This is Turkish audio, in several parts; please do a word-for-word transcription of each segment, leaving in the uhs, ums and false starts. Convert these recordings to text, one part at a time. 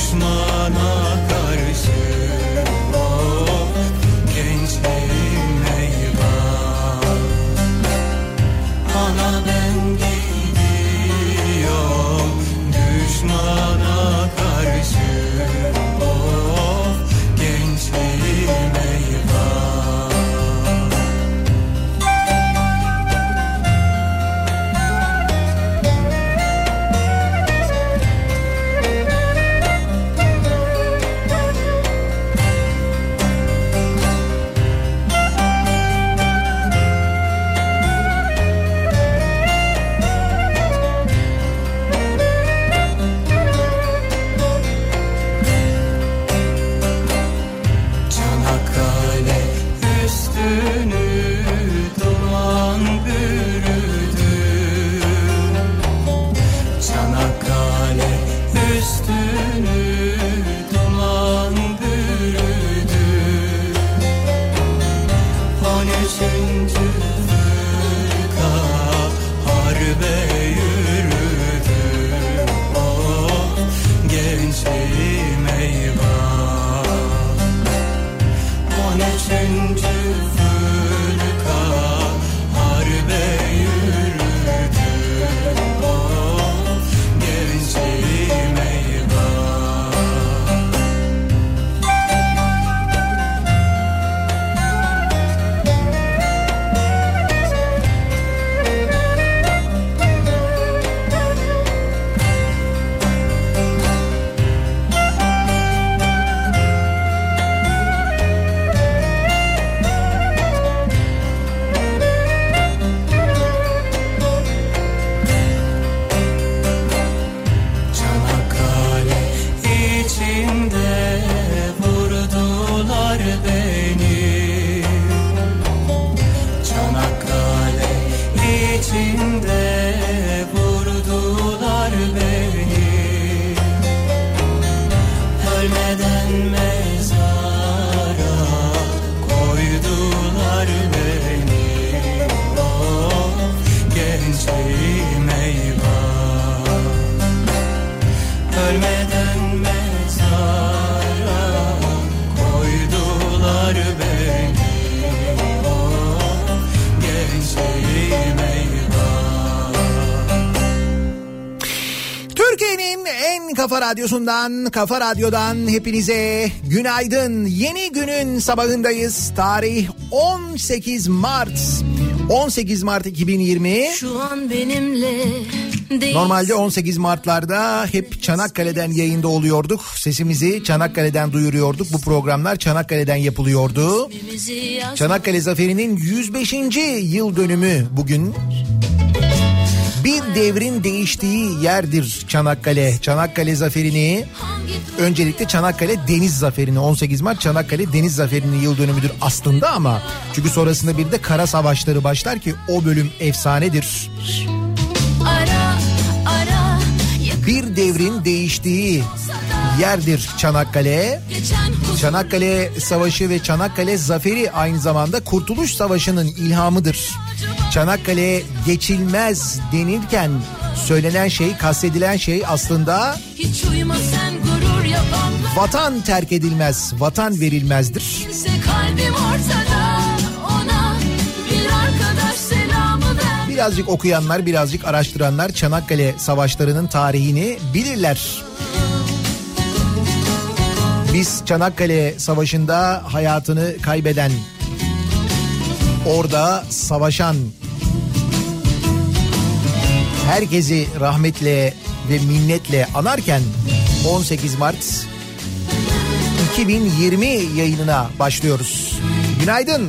düşmana karşı. Oh, gençliğim eyvah. Ana ben gidiyorum düşmana karşı. Oh, gençliğim eyvah. Kafa Radyosu'ndan, Kafa Radyo'dan hepinize günaydın. Yeni günün sabahındayız. Tarih on sekiz Mart. on sekiz Mart iki bin yirmi. Şu an benimle değil. Normalde on sekiz Mart'larda hep Çanakkale'den yayında oluyorduk. Sesimizi Çanakkale'den duyuruyorduk. Bu programlar Çanakkale'den yapılıyordu. Çanakkale Zaferi'nin yüz beşinci yıl dönümü bugün. Bir devrin değiştiği yerdir Çanakkale. Çanakkale Zaferi'ni, öncelikle Çanakkale Deniz Zaferi'ni, on sekiz Mart Çanakkale Deniz Zaferi'nin yıl dönümüdür aslında ama çünkü sonrasında bir de kara savaşları başlar ki o bölüm efsanedir. Ara, ara, bir devrin değiştiği yerdir Çanakkale. Çanakkale Savaşı ve Çanakkale Zaferi aynı zamanda Kurtuluş Savaşı'nın ilhamıdır. Çanakkale geçilmez denirken söylenen şey, kastedilen şey aslında vatan terk edilmez, vatan verilmezdir. Birazcık okuyanlar, birazcık araştıranlar Çanakkale Savaşları'nın tarihini bilirler. Biz Çanakkale Savaşı'nda hayatını kaybeden, orada savaşan herkesi rahmetle ve minnetle anarken on sekiz Mart iki bin yirmi yayınına başlıyoruz. Günaydın.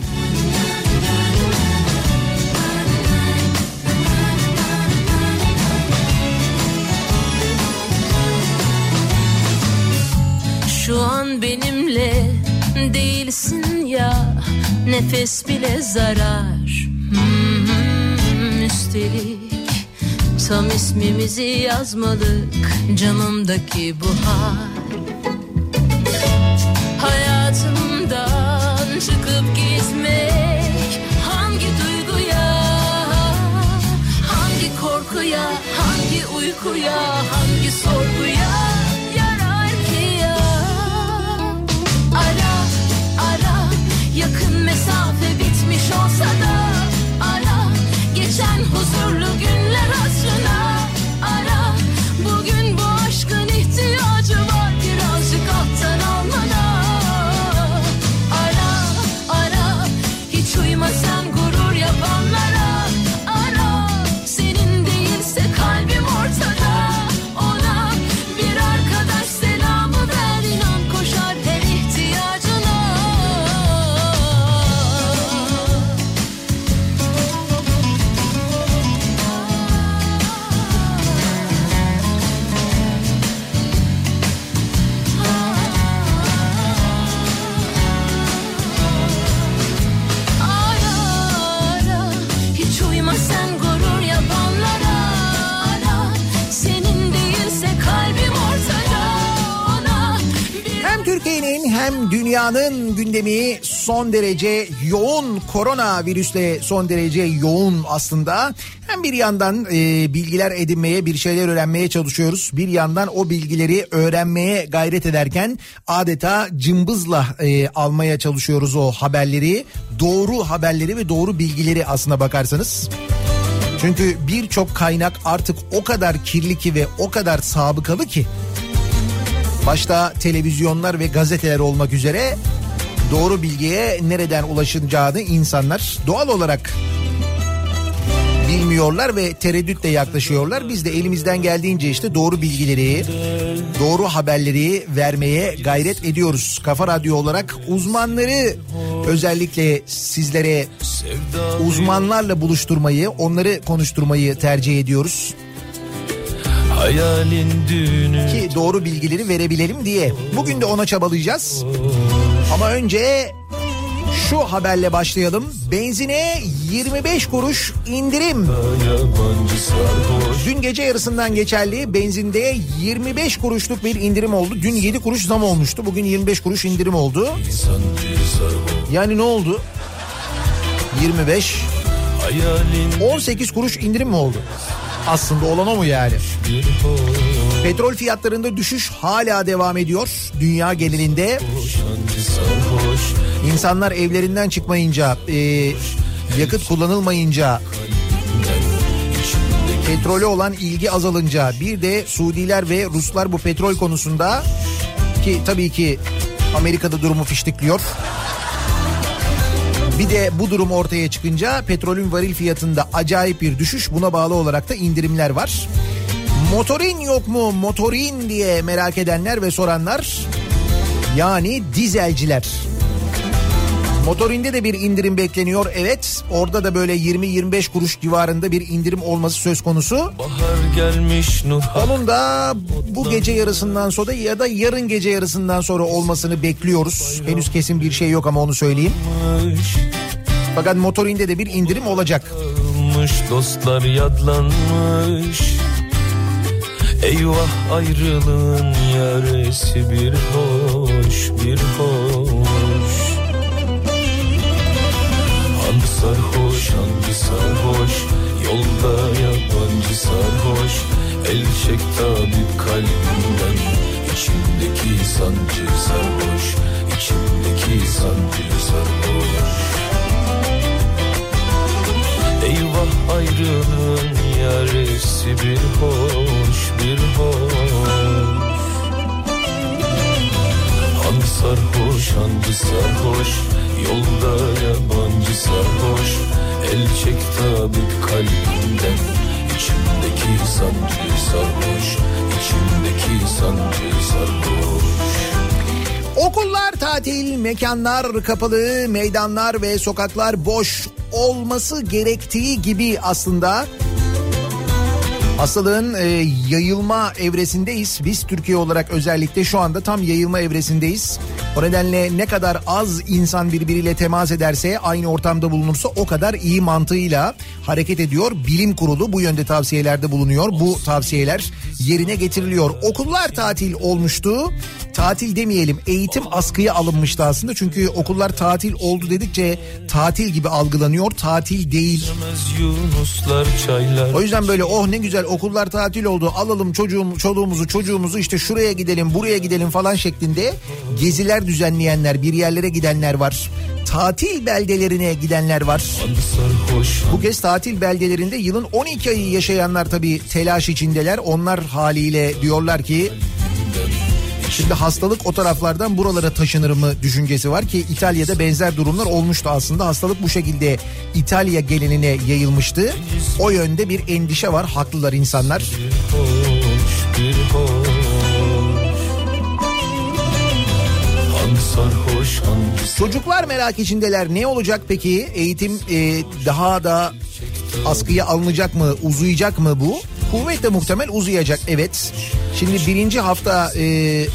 Şu an benimle değilsin ya, nefes bile zarar. Hmm, üstelik tam ismimizi yazmadık camımdaki buhar. Hayatımdan çıkıp gitmek hangi duyguya, hangi korkuya, hangi uykuya, hangi sorguya yarar ki? hem dünyanın gündemi son derece yoğun, korona virüsle son derece yoğun aslında. Hem bir yandan e, bilgiler edinmeye, bir şeyler öğrenmeye çalışıyoruz. Bir yandan o bilgileri öğrenmeye gayret ederken adeta cımbızla e, almaya çalışıyoruz o haberleri. Doğru haberleri ve doğru bilgileri aslına bakarsanız. Çünkü birçok kaynak artık o kadar kirli ki ve o kadar sabıkalı ki, başta televizyonlar ve gazeteler olmak üzere doğru bilgiye nereden ulaşacağını insanlar doğal olarak bilmiyorlar ve tereddütle yaklaşıyorlar. Biz de elimizden geldiğince işte doğru bilgileri, doğru haberleri vermeye gayret ediyoruz. Kafa Radyo olarak uzmanları, özellikle sizlere uzmanlarla buluşturmayı, onları konuşturmayı tercih ediyoruz. Hayalin düğünü ki doğru bilgileri verebilelim diye. Bugün de ona çabalayacağız. Ama önce şu haberle başlayalım. Benzine yirmi beş kuruş indirim. Dün gece yarısından geçerli benzinde yirmi beş kuruşluk bir indirim oldu. Dün yedi kuruş zam olmuştu. Bugün yirmi beş kuruş indirim oldu. Yani ne oldu? yirmi beş on sekiz kuruş indirim mi oldu? Aslında olan o mu yani? Petrol fiyatlarında düşüş hala devam ediyor dünya genelinde. İnsanlar evlerinden çıkmayınca, e, yakıt kullanılmayınca, petrole olan ilgi azalınca, bir de Suudiler ve Ruslar bu petrol konusunda, ki tabii ki Amerika'da durumu fiştikliyor. Bir de bu durum ortaya çıkınca petrolün varil fiyatında acayip bir düşüş, buna bağlı olarak da indirimler var. Motorin yok mu, motorin diye merak edenler ve soranlar, yani dizelciler. Motorinde de bir indirim bekleniyor, evet. Orada da böyle yirmi yirmi beş kuruş civarında bir indirim olması söz konusu. Gelmiş, onun da bu gece yarısından sonra ya da yarın gece yarısından sonra olmasını bekliyoruz. Henüz kesin bir şey yok ama onu söyleyeyim. Fakat motorinde de bir indirim olacak. Dostlar yadlanmış. Eyvah ayrılığın yaresi bir hoş, bir hoş. Hangi sarhoş, hangi sarhoş, yolda yabancı sarhoş. El çek tabip kalbimden, içimdeki sancı sarhoş, içimdeki sancı sarhoş. Eyvah ayrılığın yaresi bir hoş, bir hoş. Hangi sarhoş, hangi sarhoş, yolda yabancı sarhoş. El çek tabip kalbimden, içimdeki sancı sarhoş, içimdeki sancı sarhoş. Okullar tatil, mekanlar kapalı, meydanlar ve sokaklar boş olması gerektiği gibi aslında. Hastalığın e, yayılma evresindeyiz. Biz Türkiye olarak özellikle şu anda tam yayılma evresindeyiz. O nedenle ne kadar az insan birbiriyle temas ederse, aynı ortamda bulunursa o kadar iyi mantığıyla hareket ediyor. Bilim kurulu bu yönde tavsiyelerde bulunuyor. Bu tavsiyeler yerine getiriliyor. Okullar tatil olmuştu. Tatil demeyelim, eğitim askıya alınmıştı aslında. Çünkü okullar tatil oldu dedikçe tatil gibi algılanıyor. Tatil değil. O yüzden böyle oh ne güzel okullar tatil oldu, alalım çocuğum, çoluğumuzu çocuğumuzu işte şuraya gidelim buraya gidelim falan şeklinde geziler düzenleyenler, bir yerlere gidenler var. Tatil beldelerine gidenler var. Bu kez tatil beldelerinde yılın on iki ayı yaşayanlar tabii telaş içindeler. Onlar haliyle diyorlar ki şimdi hastalık o taraflardan buralara taşınır mı düşüncesi var ki İtalya'da benzer durumlar olmuştu aslında. Hastalık bu şekilde İtalya geneline yayılmıştı. O yönde bir endişe var. Haklılar insanlar. Bir hoş, bir hoş. Hangi sarhoş, hangi... Çocuklar merak içindeler. Ne olacak peki? Eğitim e, daha da askıya alınacak mı? Uzayacak mı bu? Kuvvetle muhtemel uzayacak, evet. Şimdi birinci hafta e,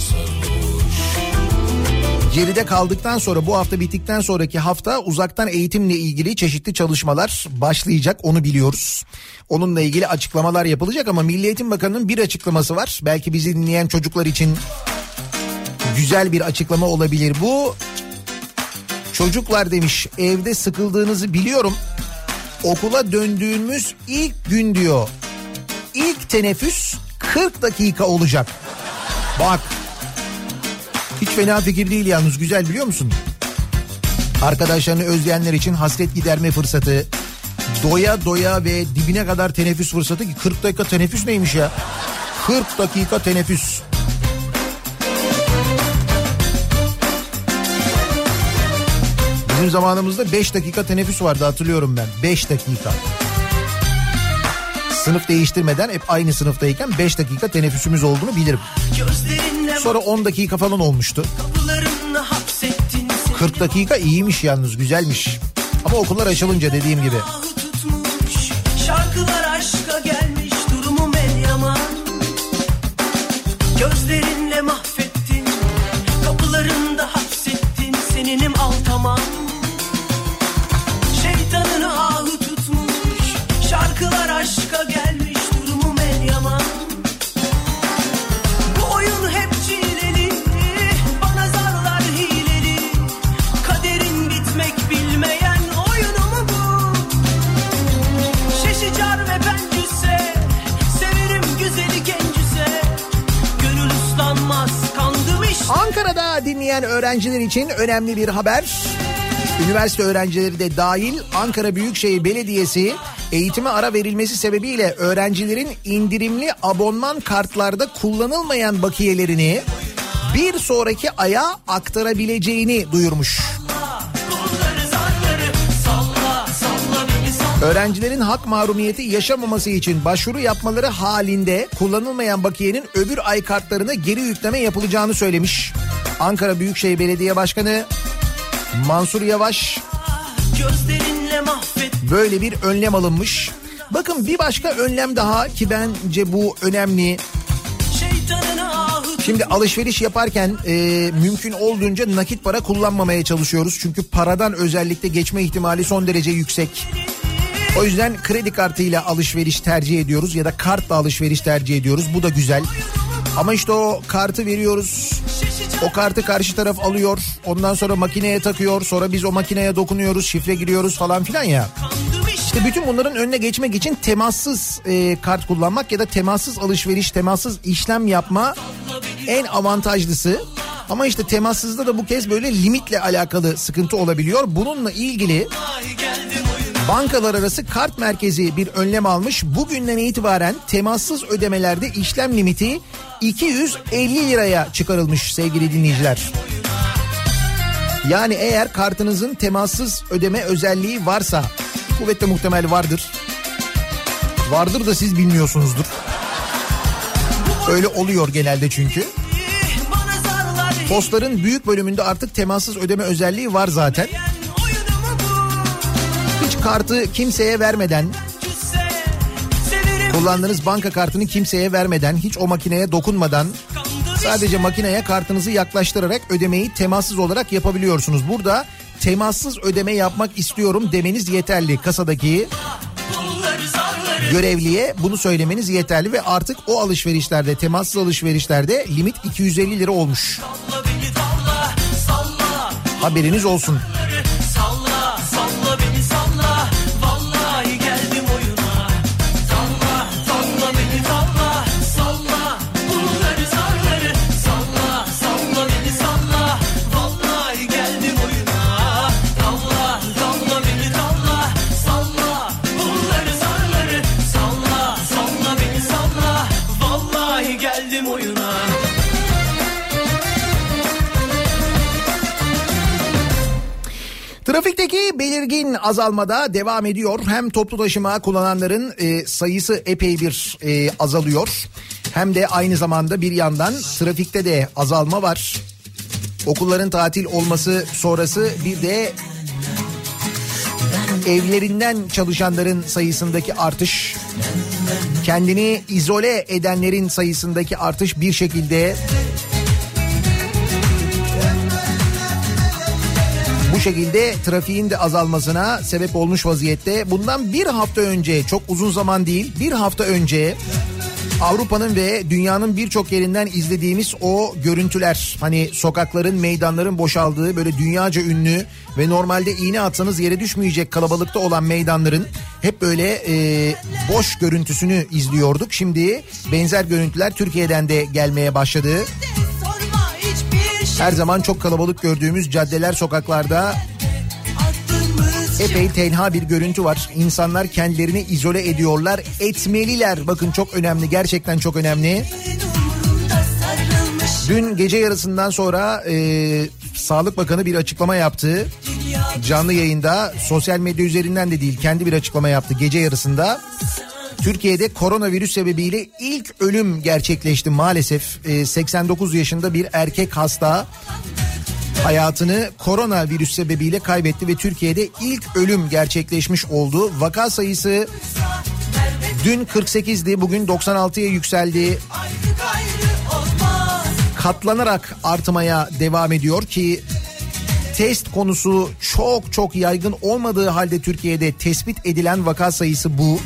geride kaldıktan sonra, bu hafta bittikten sonraki hafta uzaktan eğitimle ilgili çeşitli çalışmalar başlayacak, onu biliyoruz. Onunla ilgili açıklamalar yapılacak ama Milli Eğitim Bakanı'nın bir açıklaması var. Belki bizi dinleyen çocuklar için güzel bir açıklama olabilir bu. Çocuklar demiş, evde sıkıldığınızı biliyorum. Okula döndüğümüz ilk gün diyor, İlk teneffüs kırk dakika olacak. Bak. Hiç fena fikir değil yalnız, güzel biliyor musun? Arkadaşlarını özleyenler için hasret giderme fırsatı. Doya doya ve dibine kadar teneffüs fırsatı. kırk dakika teneffüs neymiş ya? kırk dakika teneffüs. Bizim zamanımızda beş dakika teneffüs vardı, hatırlıyorum ben. beş dakika. Sınıf değiştirmeden hep aynı sınıftayken beş dakika teneffüsümüz olduğunu bilirim. Sonra on dakika falan olmuştu. kırk dakika iyiymiş yalnız, güzelmiş. Ama okullar açılınca dediğim gibi. Şarkılar aşka gelmiş, durumum en yaman. Gözlerinle mahvettin, kapılarında hapsettin, seninim al tamam. Şeytanını ahı tutmuş, şarkılar aşka gelmiş, durumum en yaman. Bu oyun hep çileli, bana zarlar hileli. Kaderin bitmek bilmeyen oyunu mu bu? Şeşicar ve bencüse, severim güzeli gencüse. Gönül uslanmaz, kandım işte. Ankara'da dinleyen öğrenciler için önemli bir haber. Üniversite öğrencileri de dahil Ankara Büyükşehir Belediyesi eğitime ara verilmesi sebebiyle öğrencilerin indirimli abonman kartlarda kullanılmayan bakiyelerini bir sonraki aya aktarabileceğini duyurmuş. Öğrencilerin hak mahrumiyeti yaşamaması için başvuru yapmaları halinde kullanılmayan bakiyenin öbür ay kartlarına geri yükleme yapılacağını söylemiş. Ankara Büyükşehir Belediye Başkanı Mansur Yavaş, böyle bir önlem alınmış. Bakın bir başka önlem daha ki bence bu önemli. Şimdi alışveriş yaparken e, mümkün olduğunca nakit para kullanmamaya çalışıyoruz. Çünkü paradan özellikle geçme ihtimali son derece yüksek. O yüzden kredi kartıyla alışveriş tercih ediyoruz ya da kartla alışveriş tercih ediyoruz. Bu da güzel. Ama işte o kartı veriyoruz. O kartı karşı taraf alıyor. Ondan sonra makineye takıyor. Sonra biz o makineye dokunuyoruz. Şifre giriyoruz falan filan ya. İşte bütün bunların önüne geçmek için temassız e, kart kullanmak ya da temassız alışveriş, temassız işlem yapma en avantajlısı. Ama işte temassızda da bu kez böyle limitle alakalı sıkıntı olabiliyor. Bununla ilgili bankalar arası kart merkezi bir önlem almış. Bugünden itibaren temassız ödemelerde işlem limiti iki yüz elli liraya çıkarılmış sevgili dinleyiciler. Yani eğer kartınızın temassız ödeme özelliği varsa, kuvvetle muhtemel vardır. Vardır da siz bilmiyorsunuzdur. Öyle oluyor genelde çünkü. Postların büyük bölümünde artık temassız ödeme özelliği var zaten. Hiç kartı kimseye vermeden, kullandığınız banka kartını kimseye vermeden, hiç o makineye dokunmadan sadece makineye kartınızı yaklaştırarak ödemeyi temassız olarak yapabiliyorsunuz. Burada temassız ödeme yapmak istiyorum demeniz yeterli. Kasadaki görevliye bunu söylemeniz yeterli ve artık o alışverişlerde, temassız alışverişlerde limit iki yüz elli lira olmuş. Haberiniz olsun. Trafikteki belirgin azalmada devam ediyor. Hem toplu taşıma kullananların e, sayısı epey bir e, azalıyor. Hem de aynı zamanda bir yandan trafikte de azalma var. Okulların tatil olması sonrası bir de evlerinden çalışanların sayısındaki artış, kendini izole edenlerin sayısındaki artış bir şekilde bu şekilde trafiğin de azalmasına sebep olmuş vaziyette. Bundan bir hafta önce, çok uzun zaman değil, bir hafta önce Avrupa'nın ve dünyanın birçok yerinden izlediğimiz o görüntüler, hani sokakların, meydanların boşaldığı, böyle dünyaca ünlü ve normalde iğne atsanız yere düşmeyecek kalabalıkta olan meydanların hep böyle e, boş görüntüsünü izliyorduk. Şimdi benzer görüntüler Türkiye'den de gelmeye başladı. Her zaman çok kalabalık gördüğümüz caddeler, sokaklarda epey tenha bir görüntü var. İnsanlar kendilerini izole ediyorlar. Etmeliler. Bakın çok önemli. Gerçekten çok önemli. Dün gece yarısından sonra e, Sağlık Bakanı bir açıklama yaptı. Canlı yayında, sosyal medya üzerinden de değil, kendi bir açıklama yaptı gece yarısında. Türkiye'de koronavirüs sebebiyle ilk ölüm gerçekleşti maalesef. E, seksen dokuz yaşında bir erkek hasta hayatını koronavirüs sebebiyle kaybetti ve Türkiye'de ilk ölüm gerçekleşmiş oldu. Vaka sayısı dün kırk sekizdi, bugün doksan altıya yükseldi. Katlanarak artmaya devam ediyor ki test konusu çok çok yaygın olmadığı halde Türkiye'de tespit edilen vaka sayısı bu.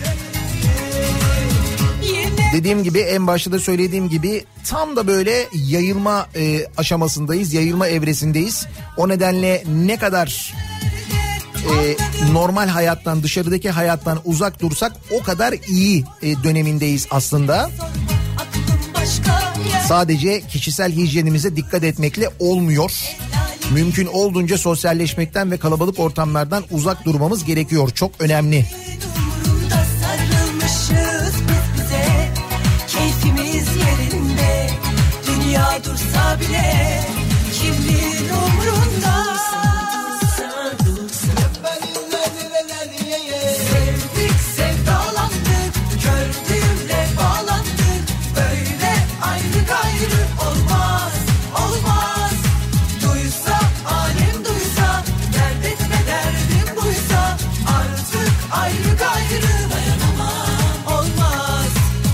Dediğim gibi, en başta da söylediğim gibi tam da böyle yayılma e, aşamasındayız, yayılma evresindeyiz. O nedenle ne kadar e, normal hayattan, dışarıdaki hayattan uzak dursak o kadar iyi e, dönemindeyiz aslında. Sadece kişisel hijyenimize dikkat etmekle olmuyor. Mümkün olduğunca sosyalleşmekten ve kalabalık ortamlardan uzak durmamız gerekiyor. Çok önemli. Keyfimiz yerinde, dünya dursa bile kimin umrunda? Sevdik, sevdalandık, gördüğümle bağlandık. Böyle ayrı gayrı olmaz, olmaz. Duysa, alem duysa, dert etme derdim buysa. Artık ayrı gayrı dayanamam, olmaz.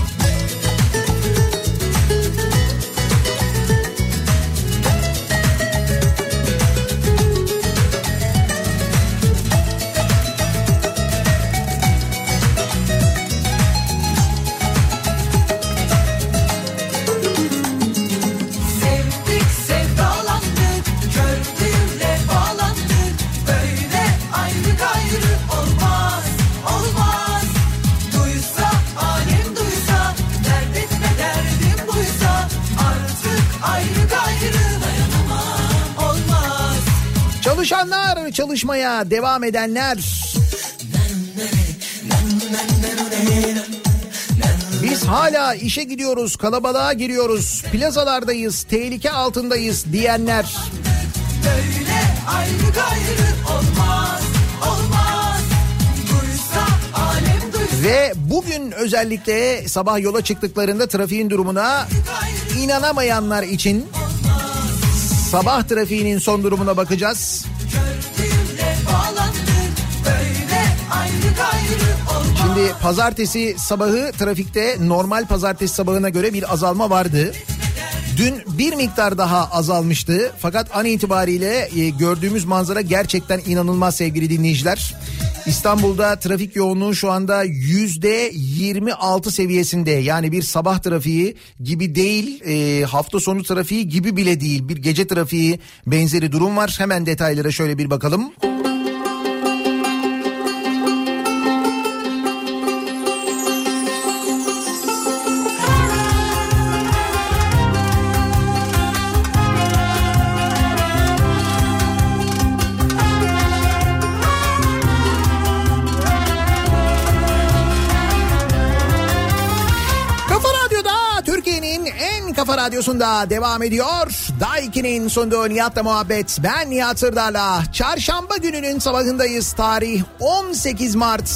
Çalışanlar, çalışmaya devam edenler. Biz hala işe gidiyoruz, kalabalığa giriyoruz, plazalardayız, tehlike altındayız diyenler. Böyle ayrı gayrı olmaz, olmaz. Duysa, alem duysa. Ve bugün özellikle sabah yola çıktıklarında trafiğin durumuna inanamayanlar için sabah trafiğinin son durumuna bakacağız. Şimdi pazartesi sabahı trafikte normal pazartesi sabahına göre bir azalma vardı. Dün bir miktar daha azalmıştı. Fakat an itibariyle gördüğümüz manzara gerçekten inanılmaz sevgili dinleyiciler. İstanbul'da trafik yoğunluğu şu anda yüzde yirmi altı seviyesinde. Yani bir sabah trafiği gibi değil, e, hafta sonu trafiği gibi bile değil. Bir gece trafiği benzeri durum var. Hemen detaylara şöyle bir bakalım. Kafa Radyosu'nda devam ediyor. Daiki'nin sunduğu Nihat'la muhabbet. Ben Nihat Sırdar'la. Çarşamba gününün sabahındayız. Tarih on sekiz Mart.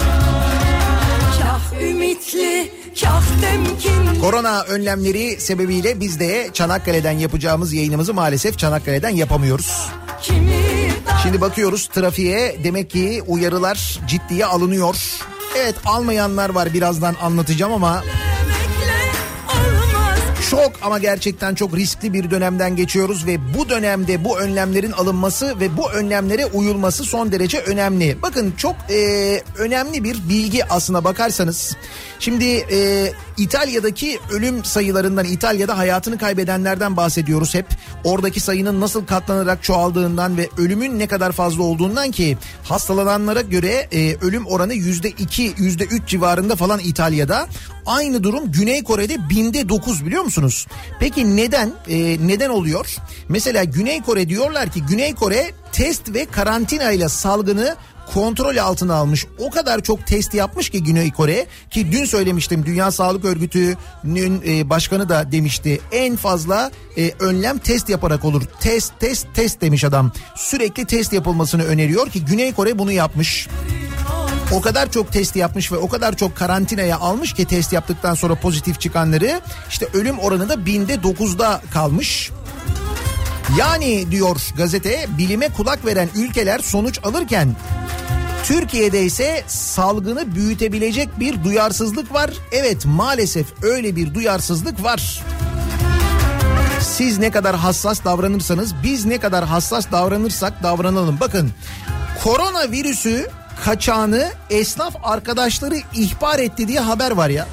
Kah ümitli, kah temkin. Korona önlemleri sebebiyle biz de Çanakkale'den yapacağımız yayınımızı maalesef Çanakkale'den yapamıyoruz. Şimdi bakıyoruz trafiğe, demek ki uyarılar ciddiye alınıyor. Evet, almayanlar var, birazdan anlatacağım ama Çok ama gerçekten çok riskli bir dönemden geçiyoruz ve bu dönemde bu önlemlerin alınması ve bu önlemlere uyulması son derece önemli. Bakın çok e, önemli bir bilgi aslına bakarsanız. Şimdi e, İtalya'daki ölüm sayılarından, İtalya'da hayatını kaybedenlerden bahsediyoruz hep. Oradaki sayının nasıl katlanarak çoğaldığından ve ölümün ne kadar fazla olduğundan, ki hastalananlara göre e, ölüm oranı yüzde iki, yüzde üç civarında falan İtalya'da. Aynı durum Güney Kore'de binde dokuz, biliyor musunuz? Peki neden? Ee, neden oluyor? Mesela Güney Kore, diyorlar ki Güney Kore test ve karantina ile salgını kontrol altına almış. O kadar çok test yapmış ki Güney Kore, ki dün söylemiştim, Dünya Sağlık Örgütü'nün e, başkanı da demişti. En fazla e, önlem test yaparak olur. Test, test, test demiş adam. Sürekli test yapılmasını öneriyor ki Güney Kore bunu yapmış. O kadar çok test yapmış ve o kadar çok karantinaya almış ki test yaptıktan sonra pozitif çıkanları, işte ölüm oranı da binde dokuzda kalmış. Yani diyor gazete, bilime kulak veren ülkeler sonuç alırken Türkiye'de ise salgını büyütebilecek bir duyarsızlık var. Evet, maalesef öyle bir duyarsızlık var. Siz ne kadar hassas davranırsanız, biz ne kadar hassas davranırsak davranalım. Bakın, koronavirüsü kaçağını esnaf arkadaşları ihbar etti diye haber var ya.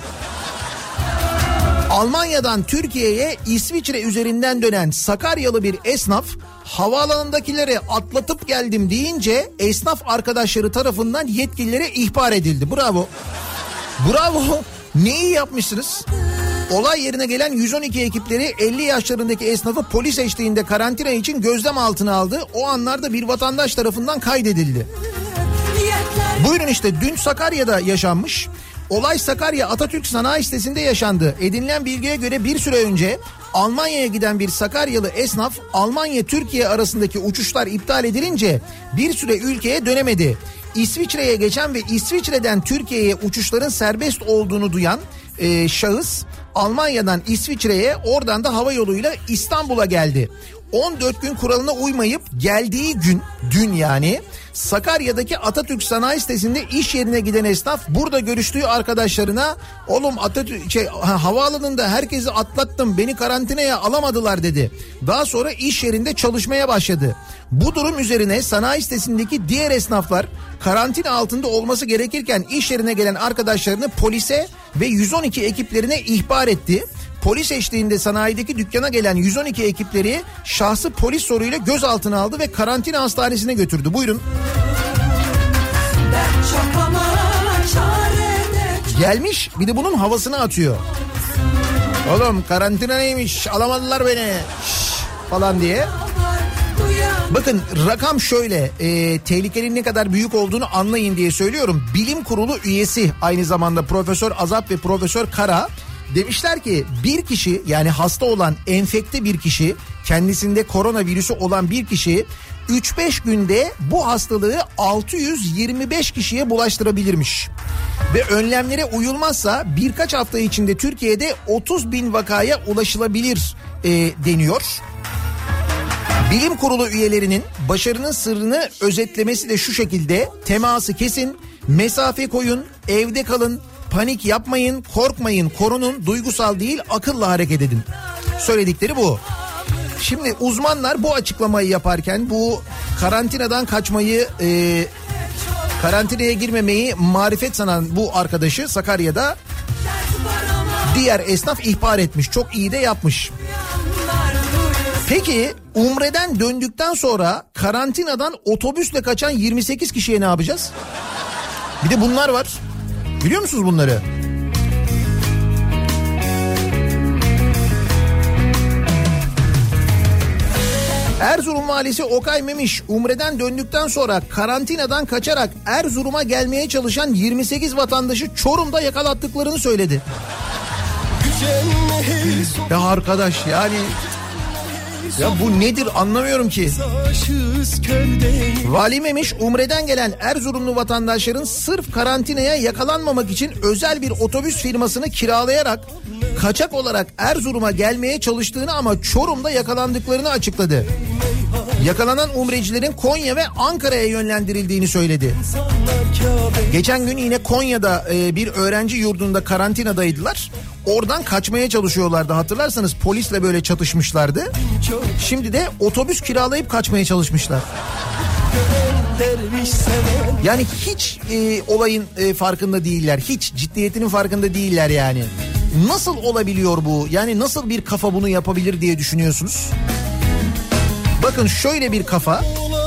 Almanya'dan Türkiye'ye İsviçre üzerinden dönen Sakaryalı bir esnaf havaalanındakilere atlatıp geldim deyince esnaf arkadaşları tarafından yetkililere ihbar edildi. Bravo. Bravo. Ne iyi yapmışsınız. Olay yerine gelen yüz on iki ekipleri elli yaşlarındaki esnafı polis eşliğinde karantina için gözlem altına aldı. O anlarda bir vatandaş tarafından kaydedildi. Buyurun işte, dün Sakarya'da yaşanmış. Olay Sakarya Atatürk Sanayi Sitesi'nde yaşandı. Edinilen bilgiye göre bir süre önce Almanya'ya giden bir Sakaryalı esnaf, Almanya-Türkiye arasındaki uçuşlar iptal edilince bir süre ülkeye dönemedi. İsviçre'ye geçen ve İsviçre'den Türkiye'ye uçuşların serbest olduğunu duyan e, şahıs Almanya'dan İsviçre'ye, oradan da hava yoluyla İstanbul'a geldi. on dört gün kuralına uymayıp geldiği gün, dün yani, Sakarya'daki Atatürk Sanayi Sitesi'nde iş yerine giden esnaf burada görüştüğü arkadaşlarına, oğlum Atatürk şey, havaalanında herkesi atlattım, beni karantinaya alamadılar dedi. Daha sonra iş yerinde çalışmaya başladı. Bu durum üzerine sanayi sitesindeki diğer esnaflar karantina altında olması gerekirken iş yerine gelen arkadaşlarını polise ve yüz on iki ekiplerine ihbar etti. Polis eşliğinde sanayideki dükkana gelen yüz on iki ekipleri şahsı polis soruyla gözaltına aldı ve karantina hastanesine götürdü. Buyurun. Gelmiş bir de bunun havasını atıyor. Oğlum karantina neymiş, alamadılar beni şş, falan diye. Bakın rakam şöyle, e, tehlikenin ne kadar büyük olduğunu anlayın diye söylüyorum. Bilim Kurulu üyesi aynı zamanda Profesör Azap ve Profesör Kara demişler ki bir kişi, yani hasta olan, enfekte bir kişi, kendisinde koronavirüsü olan bir kişi üç beş günde bu hastalığı altı yüz yirmi beş kişiye bulaştırabilirmiş. Ve önlemlere uyulmazsa birkaç hafta içinde Türkiye'de otuz bin vakaya ulaşılabilir e, deniyor. Bilim Kurulu üyelerinin başarının sırrını özetlemesi de şu şekilde: teması kesin, mesafe koyun, evde kalın, panik yapmayın, korkmayın, korunun, duygusal değil akılla hareket edin. Söyledikleri bu. Şimdi uzmanlar bu açıklamayı yaparken bu karantinadan kaçmayı, e, karantinaya girmemeyi marifet sanan bu arkadaşı Sakarya'da diğer esnaf ihbar etmiş. Çok iyi de yapmış. Peki Umre'den döndükten sonra karantinadan otobüsle kaçan yirmi sekiz kişiye ne yapacağız? Bir de bunlar var. Biliyor musunuz bunları? Erzurum valisi Okay Memiş, Umre'den döndükten sonra karantinadan kaçarak Erzurum'a gelmeye çalışan yirmi sekiz vatandaşı Çorum'da yakalattıklarını söyledi. Ya arkadaş yani... Ya bu nedir anlamıyorum ki. Vali Memiş, Umre'den gelen Erzurumlu vatandaşların sırf karantinaya yakalanmamak için özel bir otobüs firmasını kiralayarak kaçak olarak Erzurum'a gelmeye çalıştığını ama Çorum'da yakalandıklarını açıkladı. Yakalanan umrecilerin Konya ve Ankara'ya yönlendirildiğini söyledi. Geçen gün yine Konya'da e, bir öğrenci yurdunda karantinadaydılar. Oradan kaçmaya çalışıyorlardı, hatırlarsanız polisle böyle çatışmışlardı. Şimdi de otobüs kiralayıp kaçmaya çalışmışlar. Yani hiç e, olayın e, farkında değiller, hiç ciddiyetinin farkında değiller yani. Nasıl olabiliyor bu? Yani nasıl bir kafa bunu yapabilir diye düşünüyorsunuz? Bakın şöyle bir kafa.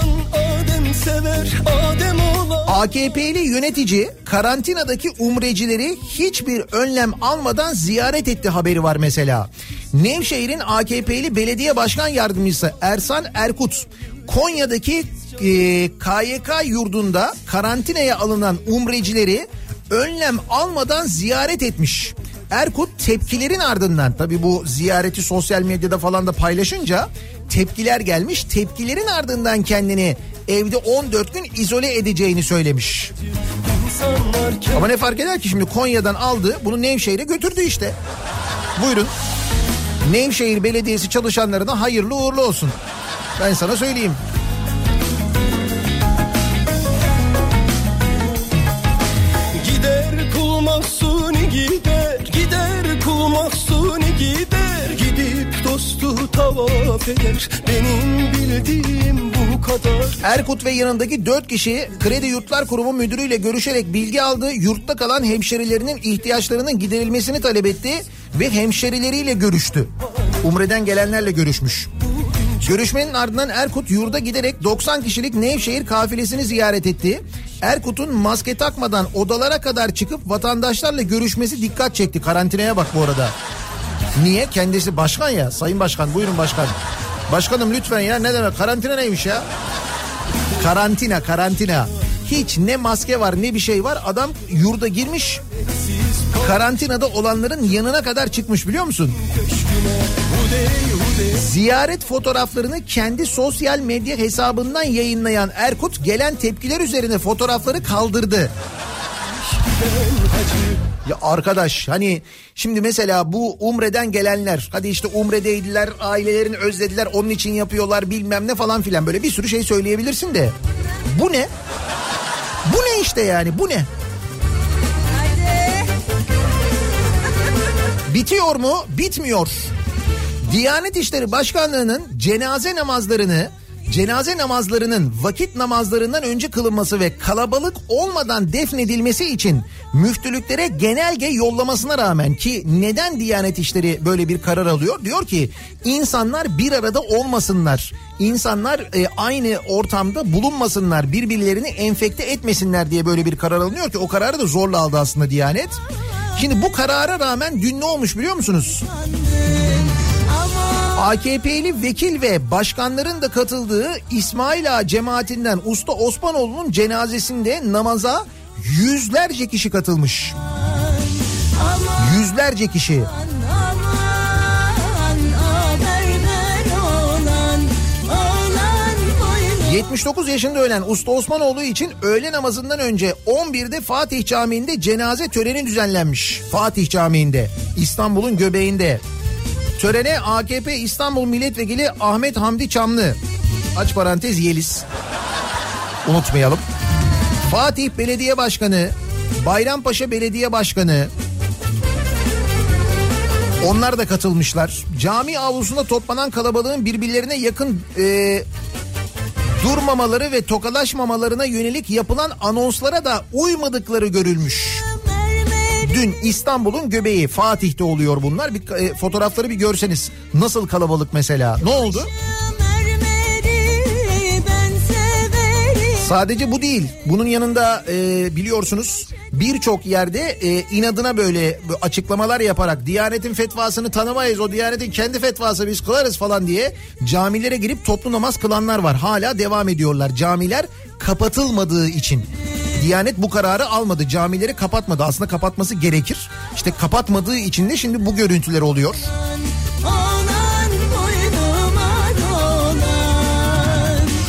A K P'li yönetici karantinadaki umrecileri hiçbir önlem almadan ziyaret etti haberi var mesela. Nevşehir'in A K P'li belediye başkan yardımcısı Ersan Erkut, Konya'daki e, K Y K yurdunda karantinaya alınan umrecileri önlem almadan ziyaret etmiş. Erkut tepkilerin ardından, tabii bu ziyareti sosyal medyada falan da paylaşınca tepkiler gelmiş. Tepkilerin ardından kendini evde on dört gün izole edeceğini söylemiş. Ama ne fark eder ki, şimdi Konya'dan aldı bunu Nevşehir'e götürdü işte. Buyurun. Nevşehir Belediyesi çalışanlarına hayırlı uğurlu olsun. Ben sana söyleyeyim. Gider kul mahzuni gider, gider kul mahzuni gider, gidip dostu tavaf eder, benim bildiğim bu kadar. Erkut ve yanındaki dört kişi Kredi Yurtlar Kurumu müdürüyle görüşerek bilgi aldı. Yurtta kalan hemşerilerinin ihtiyaçlarının giderilmesini talep etti ve hemşerileriyle görüştü. Umre'den gelenlerle görüşmüş. Görüşmenin ardından Erkut yurda giderek doksan kişilik Nevşehir kafilesini ziyaret etti. Erkut'un maske takmadan odalara kadar çıkıp vatandaşlarla görüşmesi dikkat çekti. Karantinaya bak bu arada. Niye? Kendisi başkan ya. Sayın Başkan, buyurun başkan. Başkanım lütfen ya, ne demek karantina neymiş ya? Karantina, karantina. Hiç ne maske var ne bir şey var. Adam yurda girmiş. Karantinada olanların yanına kadar çıkmış, biliyor musun? Ziyaret fotoğraflarını kendi sosyal medya hesabından yayınlayan Erkut gelen tepkiler üzerine fotoğrafları kaldırdı. Ya arkadaş, hani şimdi mesela bu Umre'den gelenler, hadi işte Umre'deydiler, ailelerini özlediler, onun için yapıyorlar bilmem ne falan filan, böyle bir sürü şey söyleyebilirsin de bu ne? Bu ne işte yani, bu ne? Bitiyor mu? Bitmiyor. Diyanet İşleri Başkanlığı'nın cenaze namazlarını, cenaze namazlarının vakit namazlarından önce kılınması ve kalabalık olmadan defnedilmesi için müftülüklere genelge yollamasına rağmen, ki neden Diyanet İşleri böyle bir karar alıyor? Diyor ki insanlar bir arada olmasınlar, insanlar e, aynı ortamda bulunmasınlar, birbirlerini enfekte etmesinler diye böyle bir karar alınıyor ki o kararı da zorla aldı aslında Diyanet. Şimdi bu karara rağmen dün ne olmuş biliyor musunuz? A K P'li vekil ve başkanların da katıldığı İsmail Ağa cemaatinden Usta Osmanoğlu'nun cenazesinde namaza yüzlerce kişi katılmış. Yüzlerce kişi. yetmiş dokuz yaşında ölen Usta Osmanoğlu için öğle namazından önce on birde Fatih Camii'nde cenaze töreni düzenlenmiş. Fatih Camii'nde, İstanbul'un göbeğinde. Törene A K P İstanbul Milletvekili Ahmet Hamdi Çamlı, aç parantez Yeliz, unutmayalım, Fatih Belediye Başkanı, Bayrampaşa Belediye Başkanı, onlar da katılmışlar. Cami avlusunda toplanan kalabalığın birbirlerine yakın e, durmamaları ve tokalaşmamalarına yönelik yapılan anonslara da uymadıkları görülmüş. Dün İstanbul'un göbeği Fatih'te oluyor bunlar. Bir e, fotoğrafları bir görseniz nasıl kalabalık mesela. Ne oldu? Sadece bu değil. Bunun yanında e, biliyorsunuz birçok yerde e, inadına böyle açıklamalar yaparak Diyanet'in fetvasını tanımayız, o Diyanet'in kendi fetvası, biz kılarız falan diye camilere girip toplu namaz kılanlar var. Hala devam ediyorlar. Camiler kapatılmadığı için. Diyanet bu kararı almadı. Camileri kapatmadı. Aslında kapatması gerekir. İşte kapatmadığı için de şimdi bu görüntüler oluyor.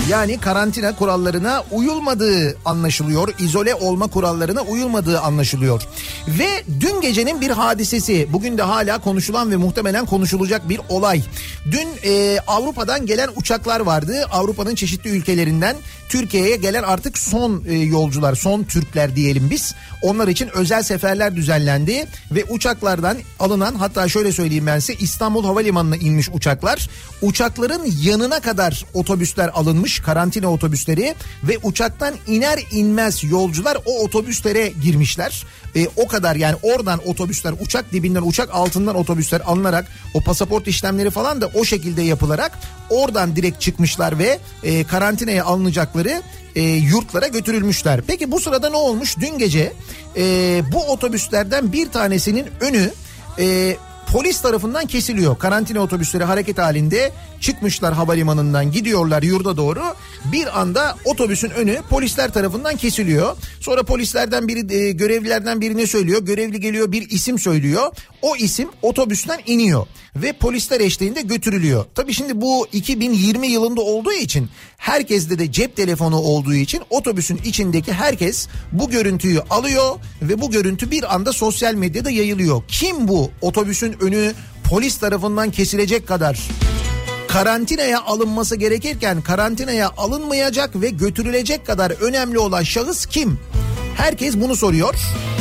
Yani karantina kurallarına uyulmadığı anlaşılıyor. İzole olma kurallarına uyulmadığı anlaşılıyor. Ve dün gecenin bir hadisesi, bugün de hala konuşulan ve muhtemelen konuşulacak bir olay. Dün e, Avrupa'dan gelen uçaklar vardı. Avrupa'nın çeşitli ülkelerinden Türkiye'ye gelen artık son e, yolcular, son Türkler diyelim biz. Onlar için özel seferler düzenlendi ve uçaklardan alınan, hatta şöyle söyleyeyim ben size, İstanbul Havalimanı'na inmiş uçaklar. Uçakların yanına kadar otobüsler alınmış, karantina otobüsleri, ve uçaktan iner inmez yolcular o otobüslere girmişler. E, o kadar yani, oradan otobüsler, uçak dibinden, uçak altından otobüsler alınarak, o pasaport işlemleri falan da o şekilde yapılarak oradan direkt çıkmışlar ve e, karantinaya alınacakları e, yurtlara götürülmüşler. Peki bu sırada ne olmuş? Dün gece e, bu otobüslerden bir tanesinin önü e, polis tarafından kesiliyor. Karantina otobüsleri hareket halinde çıkmışlar havalimanından, gidiyorlar yurda doğru. Bir anda otobüsün önü polisler tarafından kesiliyor. Sonra polislerden biri, e, görevlilerden biri ne söylüyor? Görevli geliyor, bir isim söylüyor. O isim otobüsten iniyor ve polisler eşliğinde götürülüyor. Tabii şimdi bu iki bin yirmi yılında olduğu için, herkeste de cep telefonu olduğu için otobüsün içindeki herkes bu görüntüyü alıyor ve bu görüntü bir anda sosyal medyada yayılıyor. Kim bu otobüsün önü polis tarafından kesilecek kadar karantinaya alınması gerekirken karantinaya alınmayacak ve götürülecek kadar önemli olan şahıs kim? Herkes bunu soruyor.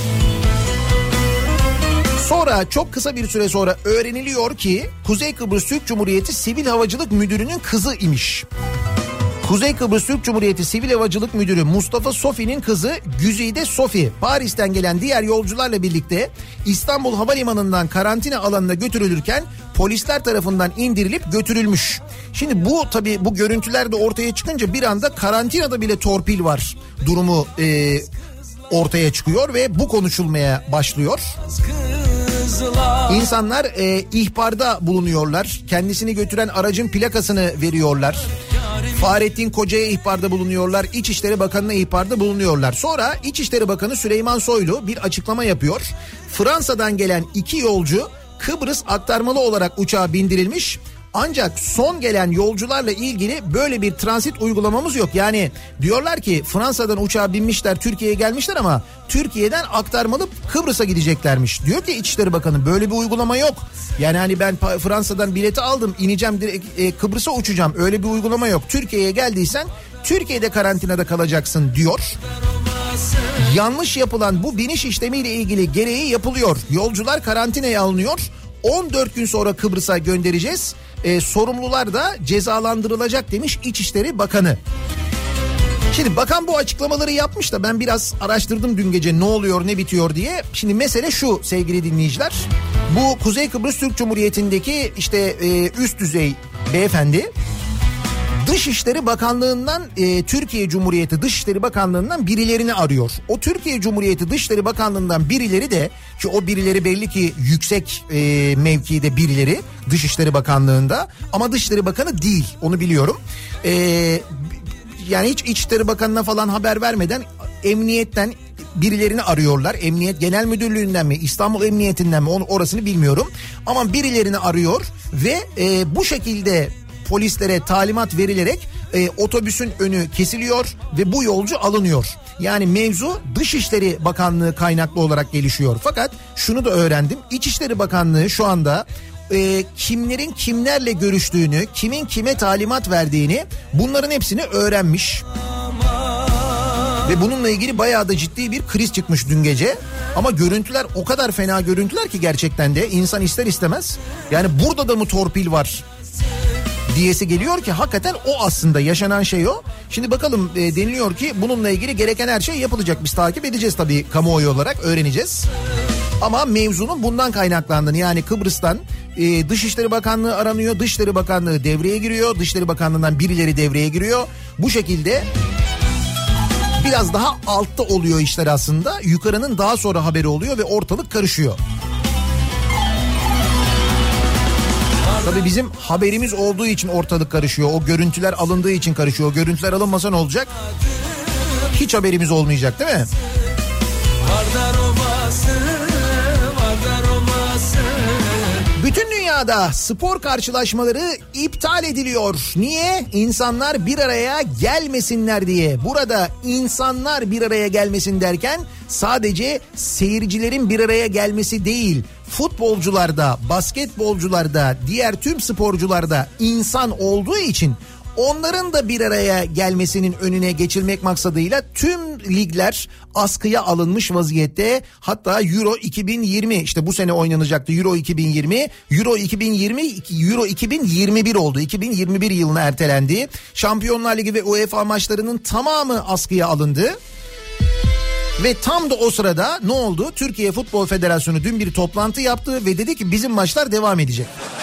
Sonra çok kısa bir süre sonra öğreniliyor ki Kuzey Kıbrıs Türk Cumhuriyeti Sivil Havacılık Müdürü'nün kızı imiş. Kuzey Kıbrıs Türk Cumhuriyeti Sivil Havacılık Müdürü Mustafa Sofi'nin kızı Güzide Sofi, Paris'ten gelen diğer yolcularla birlikte İstanbul Havalimanı'ndan karantina alanına götürülürken polisler tarafından indirilip götürülmüş. Şimdi bu tabii, bu görüntüler de ortaya çıkınca bir anda karantinada bile torpil var durumu e, ortaya çıkıyor ve bu konuşulmaya başlıyor. İnsanlar e, ihbarda bulunuyorlar. Kendisini götüren aracın plakasını veriyorlar. Fahrettin Koca'ya ihbarda bulunuyorlar. İçişleri Bakanı'na ihbarda bulunuyorlar. Sonra İçişleri Bakanı Süleyman Soylu bir açıklama yapıyor. Fransa'dan gelen iki yolcu Kıbrıs aktarmalı olarak uçağa bindirilmiş. Ancak son gelen yolcularla ilgili böyle bir transit uygulamamız yok. Yani diyorlar ki Fransa'dan uçağa binmişler, Türkiye'ye gelmişler ama Türkiye'den aktarmalı Kıbrıs'a gideceklermiş. Diyor ki İçişleri Bakanı, böyle bir uygulama yok. Yani hani ben Fransa'dan bileti aldım, ineceğim direkt e, Kıbrıs'a uçacağım. Öyle bir uygulama yok. Türkiye'ye geldiysen Türkiye'de karantinada kalacaksın diyor. Yanlış yapılan bu biniş işlemiyle ilgili gereği yapılıyor. Yolcular karantinaya alınıyor. on dört gün sonra Kıbrıs'a göndereceğiz. E, sorumlular da cezalandırılacak demiş İçişleri Bakanı. Şimdi bakan bu açıklamaları yapmış da ben biraz araştırdım dün gece ne oluyor ne bitiyor diye. Şimdi mesele şu sevgili dinleyiciler. Bu Kuzey Kıbrıs Türk Cumhuriyeti'ndeki işte e, üst düzey beyefendi Dışişleri Bakanlığı'ndan e, Türkiye Cumhuriyeti Dışişleri Bakanlığı'ndan birilerini arıyor. O Türkiye Cumhuriyeti Dışişleri Bakanlığı'ndan birileri de, ki o birileri belli ki yüksek e, mevkide birileri Dışişleri Bakanlığı'nda, ama Dışişleri Bakanı değil, onu biliyorum. E, yani hiç İçişleri Bakanı'na falan haber vermeden emniyetten birilerini arıyorlar. Emniyet Genel Müdürlüğü'nden mi, İstanbul Emniyetinden mi, onu orasını bilmiyorum. Ama birilerini arıyor ve e, bu şekilde polislere talimat verilerek e, otobüsün önü kesiliyor ve bu yolcu alınıyor. Yani mevzu Dışişleri Bakanlığı kaynaklı olarak gelişiyor. Fakat şunu da öğrendim. İçişleri Bakanlığı şu anda e, kimlerin kimlerle görüştüğünü, kimin kime talimat verdiğini, bunların hepsini öğrenmiş. Ve bununla ilgili bayağı da ciddi bir kriz çıkmış dün gece. Ama görüntüler o kadar fena görüntüler ki gerçekten de insan ister istemez. Yani burada da mı torpil var diyesi geliyor ki hakikaten o aslında yaşanan şey o. Şimdi bakalım, e, deniliyor ki bununla ilgili gereken her şey yapılacak. Biz takip edeceğiz tabii, kamuoyu olarak öğreneceğiz. Ama mevzunun bundan kaynaklandığını, yani Kıbrıs'tan e, Dışişleri Bakanlığı aranıyor. Dışişleri Bakanlığı devreye giriyor. Dışişleri Bakanlığı'ndan birileri devreye giriyor. Bu şekilde biraz daha altta oluyor işler aslında. Yukarının daha sonra haberi oluyor ve ortalık karışıyor. Tabii bizim haberimiz olduğu için ortalık karışıyor. O görüntüler alındığı için karışıyor. O görüntüler alınmasa ne olacak? Hiç haberimiz olmayacak değil mi? Bütün dünyada spor karşılaşmaları iptal ediliyor. Niye? İnsanlar bir araya gelmesinler diye. Burada insanlar bir araya gelmesin derken sadece seyircilerin bir araya gelmesi değil. Futbolcularda, basketbolcularda, diğer tüm sporcularda insan olduğu için onların da bir araya gelmesinin önüne geçilmek maksadıyla tüm ligler askıya alınmış vaziyette. Hatta Euro iki bin yirmi, işte bu sene oynanacaktı Euro iki bin yirmi. Euro iki bin yirmi, Euro iki bin yirmi bir oldu. iki bin yirmi bir yılına ertelendi. Şampiyonlar Ligi ve UEFA maçlarının tamamı askıya alındı. Ve tam da o sırada ne oldu? Türkiye Futbol Federasyonu dün bir toplantı yaptı ve dedi ki bizim maçlar devam edecek.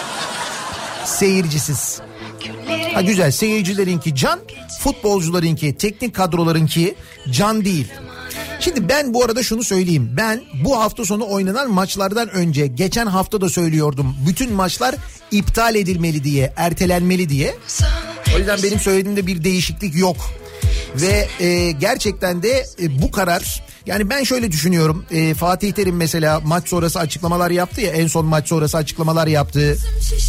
Seyircisiz. Ha güzel, seyircilerinki can, futbolcularınki, teknik kadrolarınki can değil. Şimdi ben bu arada şunu söyleyeyim. Ben bu hafta sonu oynanan maçlardan önce geçen hafta da söylüyordum. Bütün maçlar iptal edilmeli diye, ertelenmeli diye. O yüzden benim söylediğimde bir değişiklik yok. Ve e, gerçekten de e, bu karar, yani ben şöyle düşünüyorum. E, Fatih Terim mesela maç sonrası açıklamalar yaptı ya, en son maç sonrası açıklamalar yaptı.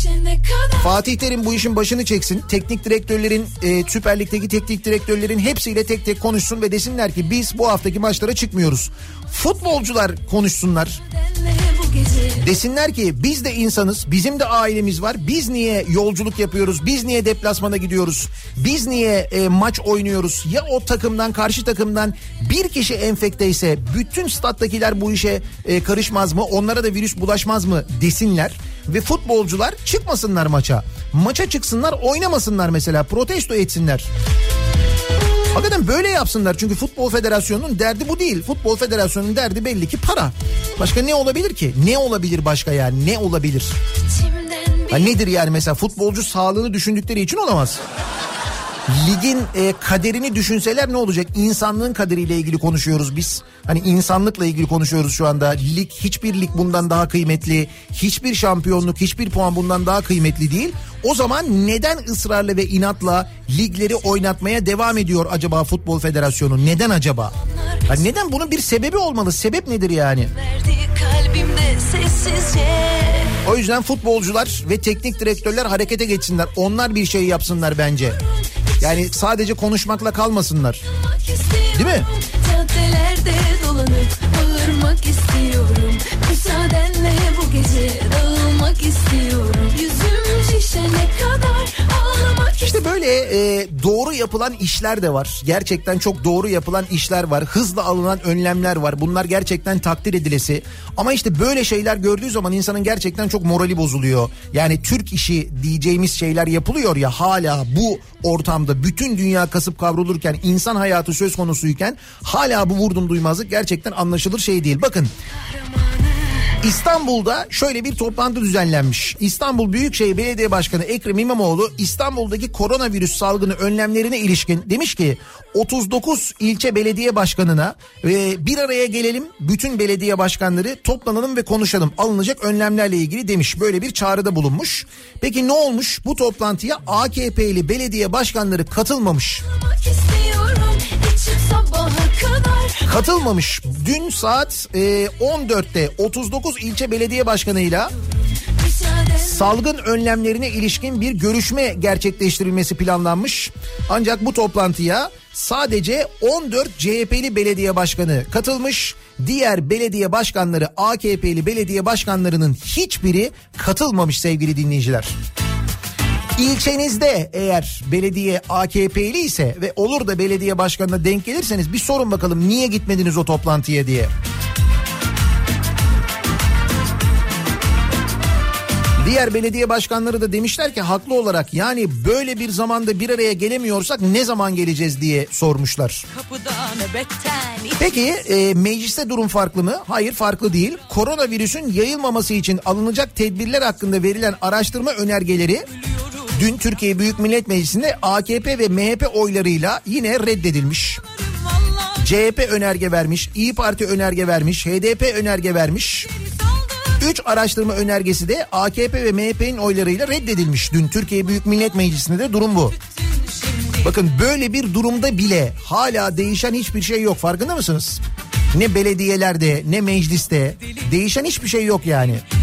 Fatih Terim bu işin başını çeksin. Teknik direktörlerin, e, Süper Lig'deki teknik direktörlerin hepsiyle tek tek konuşsun ve desinler ki biz bu haftaki maçlara çıkmıyoruz. Futbolcular konuşsunlar. Desinler ki biz de insanız, bizim de ailemiz var. Biz niye yolculuk yapıyoruz? Biz niye deplasmana gidiyoruz? Biz niye e, maç oynuyoruz? Ya o takımdan, karşı takımdan bir kişi enfekteyse bütün stat'takiler bu işe e, karışmaz mı? Onlara da virüs bulaşmaz mı desinler. Ve futbolcular çıkmasınlar maça. Maça çıksınlar, oynamasınlar mesela, protesto etsinler. Hakikaten böyle yapsınlar, çünkü Futbol Federasyonu'nun derdi bu değil. Futbol Federasyonu'nun derdi belli ki para. Başka ne olabilir ki? Ne olabilir başka yani? Ne olabilir? Ha nedir yani mesela, futbolcu sağlığını düşündükleri için olamaz. Ligin e, kaderini düşünseler ne olacak? İnsanlığın kaderiyle ilgili konuşuyoruz biz. Hani insanlıkla ilgili konuşuyoruz şu anda. Lig, hiçbir lig bundan daha kıymetli. Hiçbir şampiyonluk, hiçbir puan bundan daha kıymetli değil. O zaman neden ısrarla ve inatla ligleri oynatmaya devam ediyor acaba Futbol Federasyonu? Neden acaba? Ha neden? Bunun bir sebebi olmalı. Sebep nedir yani? O yüzden futbolcular ve teknik direktörler harekete geçsinler. Onlar bir şey yapsınlar bence. Yani sadece konuşmakla kalmasınlar. Değil mi? Caddelerde dolanıp bağırmak istiyorum. Müsaadenle bu gece dağılmak istiyorum. Yüzüm şişene kadar ağlamak istiyorum. İşte böyle e, doğru yapılan işler de var. Gerçekten çok doğru yapılan işler var. Hızla alınan önlemler var. Bunlar gerçekten takdir edilesi. Ama işte böyle şeyler gördüğü zaman insanın gerçekten çok morali bozuluyor. Yani Türk işi diyeceğimiz şeyler yapılıyor ya, hala bu ortamda bütün dünya kasıp kavrulurken, insan hayatı söz konusuyken hala bu vurdum duymazlık gerçekten anlaşılır şey değil. Bakın, İstanbul'da şöyle bir toplantı düzenlenmiş. İstanbul Büyükşehir Belediye Başkanı Ekrem İmamoğlu İstanbul'daki koronavirüs salgını önlemlerine ilişkin demiş ki otuz dokuz ilçe belediye başkanına e, bir araya gelelim, bütün belediye başkanları toplanalım ve konuşalım alınacak önlemlerle ilgili demiş. Böyle bir çağrıda bulunmuş. Peki ne olmuş? Bu toplantıya A K P'li belediye başkanları katılmamış. Katılmamış. Dün saat e, on dörtte otuz dokuz ilçe belediye başkanıyla salgın önlemlerine ilişkin bir görüşme gerçekleştirilmesi planlanmış. Ancak bu toplantıya sadece on dört C H P'li belediye başkanı katılmış. Diğer belediye başkanları, A K P'li belediye başkanlarının hiçbiri katılmamış sevgili dinleyiciler. İlçenizde eğer belediye A K P'li ise ve olur da belediye başkanına denk gelirseniz bir sorun bakalım, niye gitmediniz o toplantıya diye. Diğer belediye başkanları da demişler ki haklı olarak, yani böyle bir zamanda bir araya gelemiyorsak ne zaman geleceğiz diye sormuşlar. Peki e, mecliste durum farklı mı? Hayır, farklı değil. Koronavirüsün yayılmaması için alınacak tedbirler hakkında verilen araştırma önergeleri dün Türkiye Büyük Millet Meclisi'nde A K P ve M H P oylarıyla yine reddedilmiş. C H P önerge vermiş, İYİ Parti önerge vermiş, H D P önerge vermiş. Üç araştırma önergesi de A K P ve M H P'nin oylarıyla reddedilmiş. Dün Türkiye Büyük Millet Meclisi'nde de durum bu. Bakın, böyle bir durumda bile hala değişen hiçbir şey yok, farkında mısınız? Ne belediyelerde ne mecliste değişen hiçbir şey yok yani.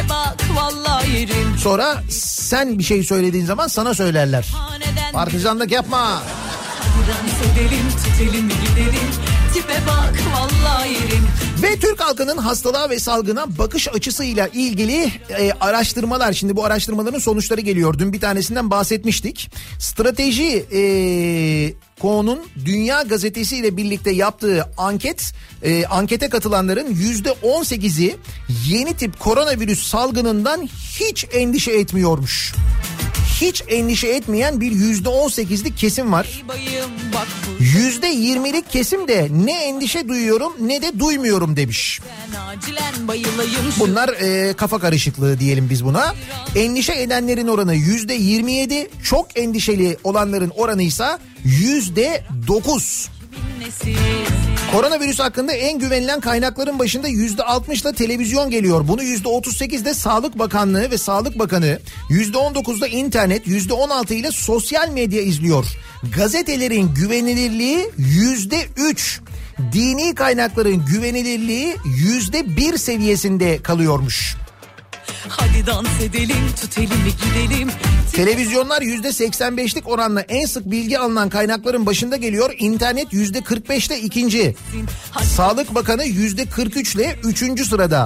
Tipe bak vallahi yerim. Sonra sen bir şey söylediğin zaman sana söylerler. Partizanlık yapma. Hadi dans edelim, tütelim gidelim. Tipe bak vallahi yerim. Ve Türk halkının hastalığa ve salgına bakış açısıyla ilgili e, araştırmalar. Şimdi bu araştırmaların sonuçları geliyor. Dün bir tanesinden bahsetmiştik. Strateji e, Ko'nun Dünya Gazetesi ile birlikte yaptığı anket, e, ankete katılanların yüzde on sekizi yeni tip koronavirüs salgınından hiç endişe etmiyormuş. Hiç endişe etmeyen bir yüzde on sekizlik kesim var. Yüzde yirmilik kesim de ne endişe duyuyorum ne de duymuyorum demiş. Bunlar e, kafa karışıklığı diyelim biz buna. Endişe edenlerin oranı yüzde yirmi yedi, çok endişeli olanların oranı ise yüzde dokuz. Koronavirüs hakkında en güvenilen kaynakların başında yüzde altmışla televizyon geliyor. Bunu yüzde otuz sekizde Sağlık Bakanlığı ve Sağlık Bakanı, yüzde on dokuzda internet, yüzde on altı ile sosyal medya izliyor. Gazetelerin güvenilirliği yüzde üç. Dini kaynakların güvenilirliği yüzde bir seviyesinde kalıyormuş. Hadi dans edelim, tütelim gidelim. Televizyonlar yüzde seksen beşlik oranla en sık bilgi alınan kaynakların başında geliyor. İnternet yüzde kırk beşte ikinci. Sağlık Bakanı yüzde kırk üçle üçüncü sırada.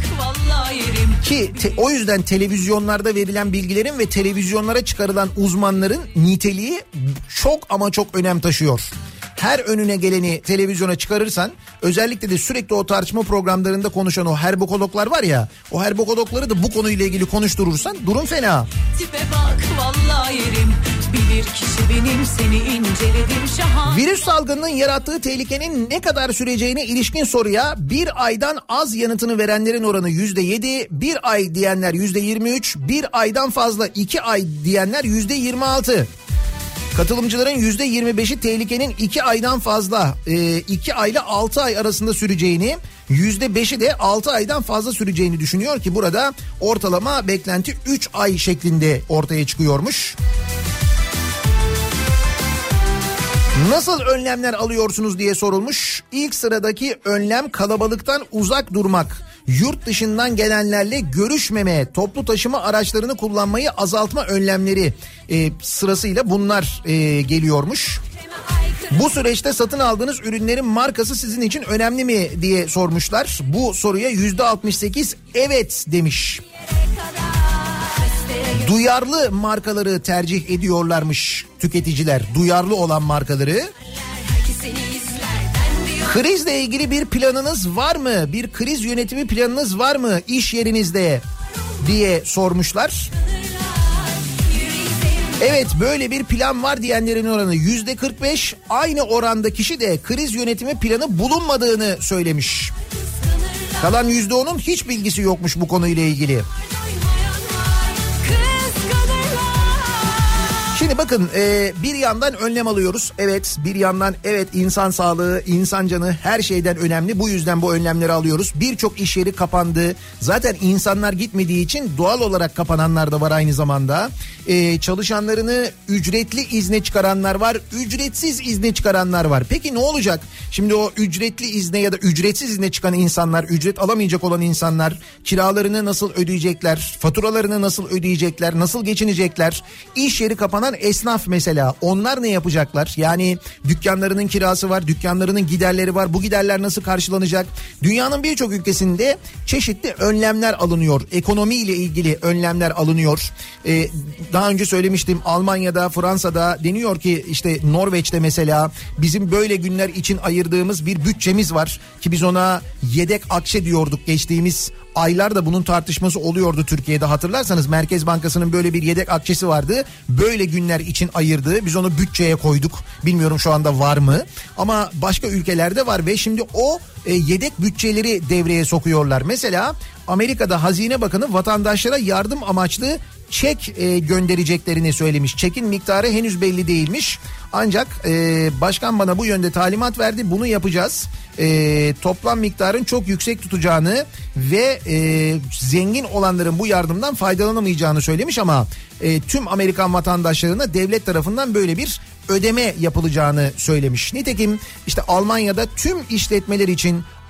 Ki te, o yüzden televizyonlarda verilen bilgilerin ve televizyonlara çıkarılan uzmanların niteliği çok ama çok önem taşıyor. Her önüne geleni televizyona çıkarırsan, özellikle de sürekli o tartışma programlarında konuşan o herbokologlar var ya, o herbokologları da bu konuyla ilgili konuşturursan durum fena. Tipe bak vallahi yerim. Bilir kişi benim, seni inceledim şahan. Virüs salgınının yarattığı tehlikenin ne kadar süreceğine ilişkin soruya bir aydan az yanıtını verenlerin oranı yüzde yedi, bir ay diyenler yüzde yirmi üç, bir aydan fazla iki ay diyenler yüzde yirmi altı. Katılımcıların yüzde yirmi beşi tehlikenin iki aydan fazla, iki ayla altı ay arasında süreceğini, yüzde beşi de altı aydan fazla süreceğini düşünüyor ki burada ortalama beklenti üç ay şeklinde ortaya çıkıyormuş. Nasıl önlemler alıyorsunuz diye sorulmuş. İlk sıradaki önlem kalabalıktan uzak durmak. Yurt dışından gelenlerle görüşmeme, toplu taşıma araçlarını kullanmayı azaltma önlemleri e, sırasıyla bunlar e, geliyormuş. Bu süreçte satın aldığınız ürünlerin markası sizin için önemli mi diye sormuşlar. Bu soruya yüzde altmış sekiz evet demiş. Duyarlı markaları tercih ediyorlarmış tüketiciler. Duyarlı olan markaları. Krizle ilgili bir planınız var mı? Bir kriz yönetimi planınız var mı iş yerinizde diye sormuşlar. Evet, böyle bir plan var diyenlerin oranı yüzde kırk beş. Aynı oranda kişi de kriz yönetimi planı bulunmadığını söylemiş. Kalan yüzde onun hiç bilgisi yokmuş bu konuyla ilgili. Şimdi bakın e, bir yandan önlem alıyoruz. Evet, bir yandan evet insan sağlığı, insan canı her şeyden önemli. Bu yüzden bu önlemleri alıyoruz. Birçok iş yeri kapandı. Zaten insanlar gitmediği için doğal olarak kapananlar da var aynı zamanda. E, çalışanlarını ücretli izne çıkaranlar var. Ücretsiz izne çıkaranlar var. Peki ne olacak? Şimdi o ücretli izne ya da ücretsiz izne çıkan insanlar, ücret alamayacak olan insanlar kiralarını nasıl ödeyecekler? Faturalarını nasıl ödeyecekler? Nasıl geçinecekler? İş yeri kapanan esnaf mesela, onlar ne yapacaklar? Yani dükkanlarının kirası var, dükkanlarının giderleri var. Bu giderler nasıl karşılanacak? Dünyanın birçok ülkesinde çeşitli önlemler alınıyor. Ekonomiyle ilgili önlemler alınıyor. Ee, daha önce söylemiştim, Almanya'da, Fransa'da deniyor ki işte Norveç'te mesela bizim böyle günler için ayırdığımız bir bütçemiz var ki biz ona yedek akçe diyorduk. Geçtiğimiz aylarda bunun tartışması oluyordu Türkiye'de, hatırlarsanız Merkez Bankası'nın böyle bir yedek akçesi vardı. Böyle günler için ayırdığı, biz onu bütçeye koyduk. Bilmiyorum şu anda var mı, ama başka ülkelerde var ve şimdi o e, yedek bütçeleri devreye sokuyorlar. Mesela Amerika'da Hazine Bakanı vatandaşlara yardım amaçlı çek e, göndereceklerini söylemiş. Çekin miktarı henüz belli değilmiş. Ancak e, başkan bana bu yönde talimat verdi. Bunu yapacağız. E, toplam miktarın çok yüksek tutacağını ve e, zengin olanların bu yardımdan faydalanamayacağını söylemiş, ama e, tüm Amerikan vatandaşlarına devlet tarafından böyle bir ödeme yapılacağını söylemiş. Nitekim işte Almanya'da tüm işletmeler için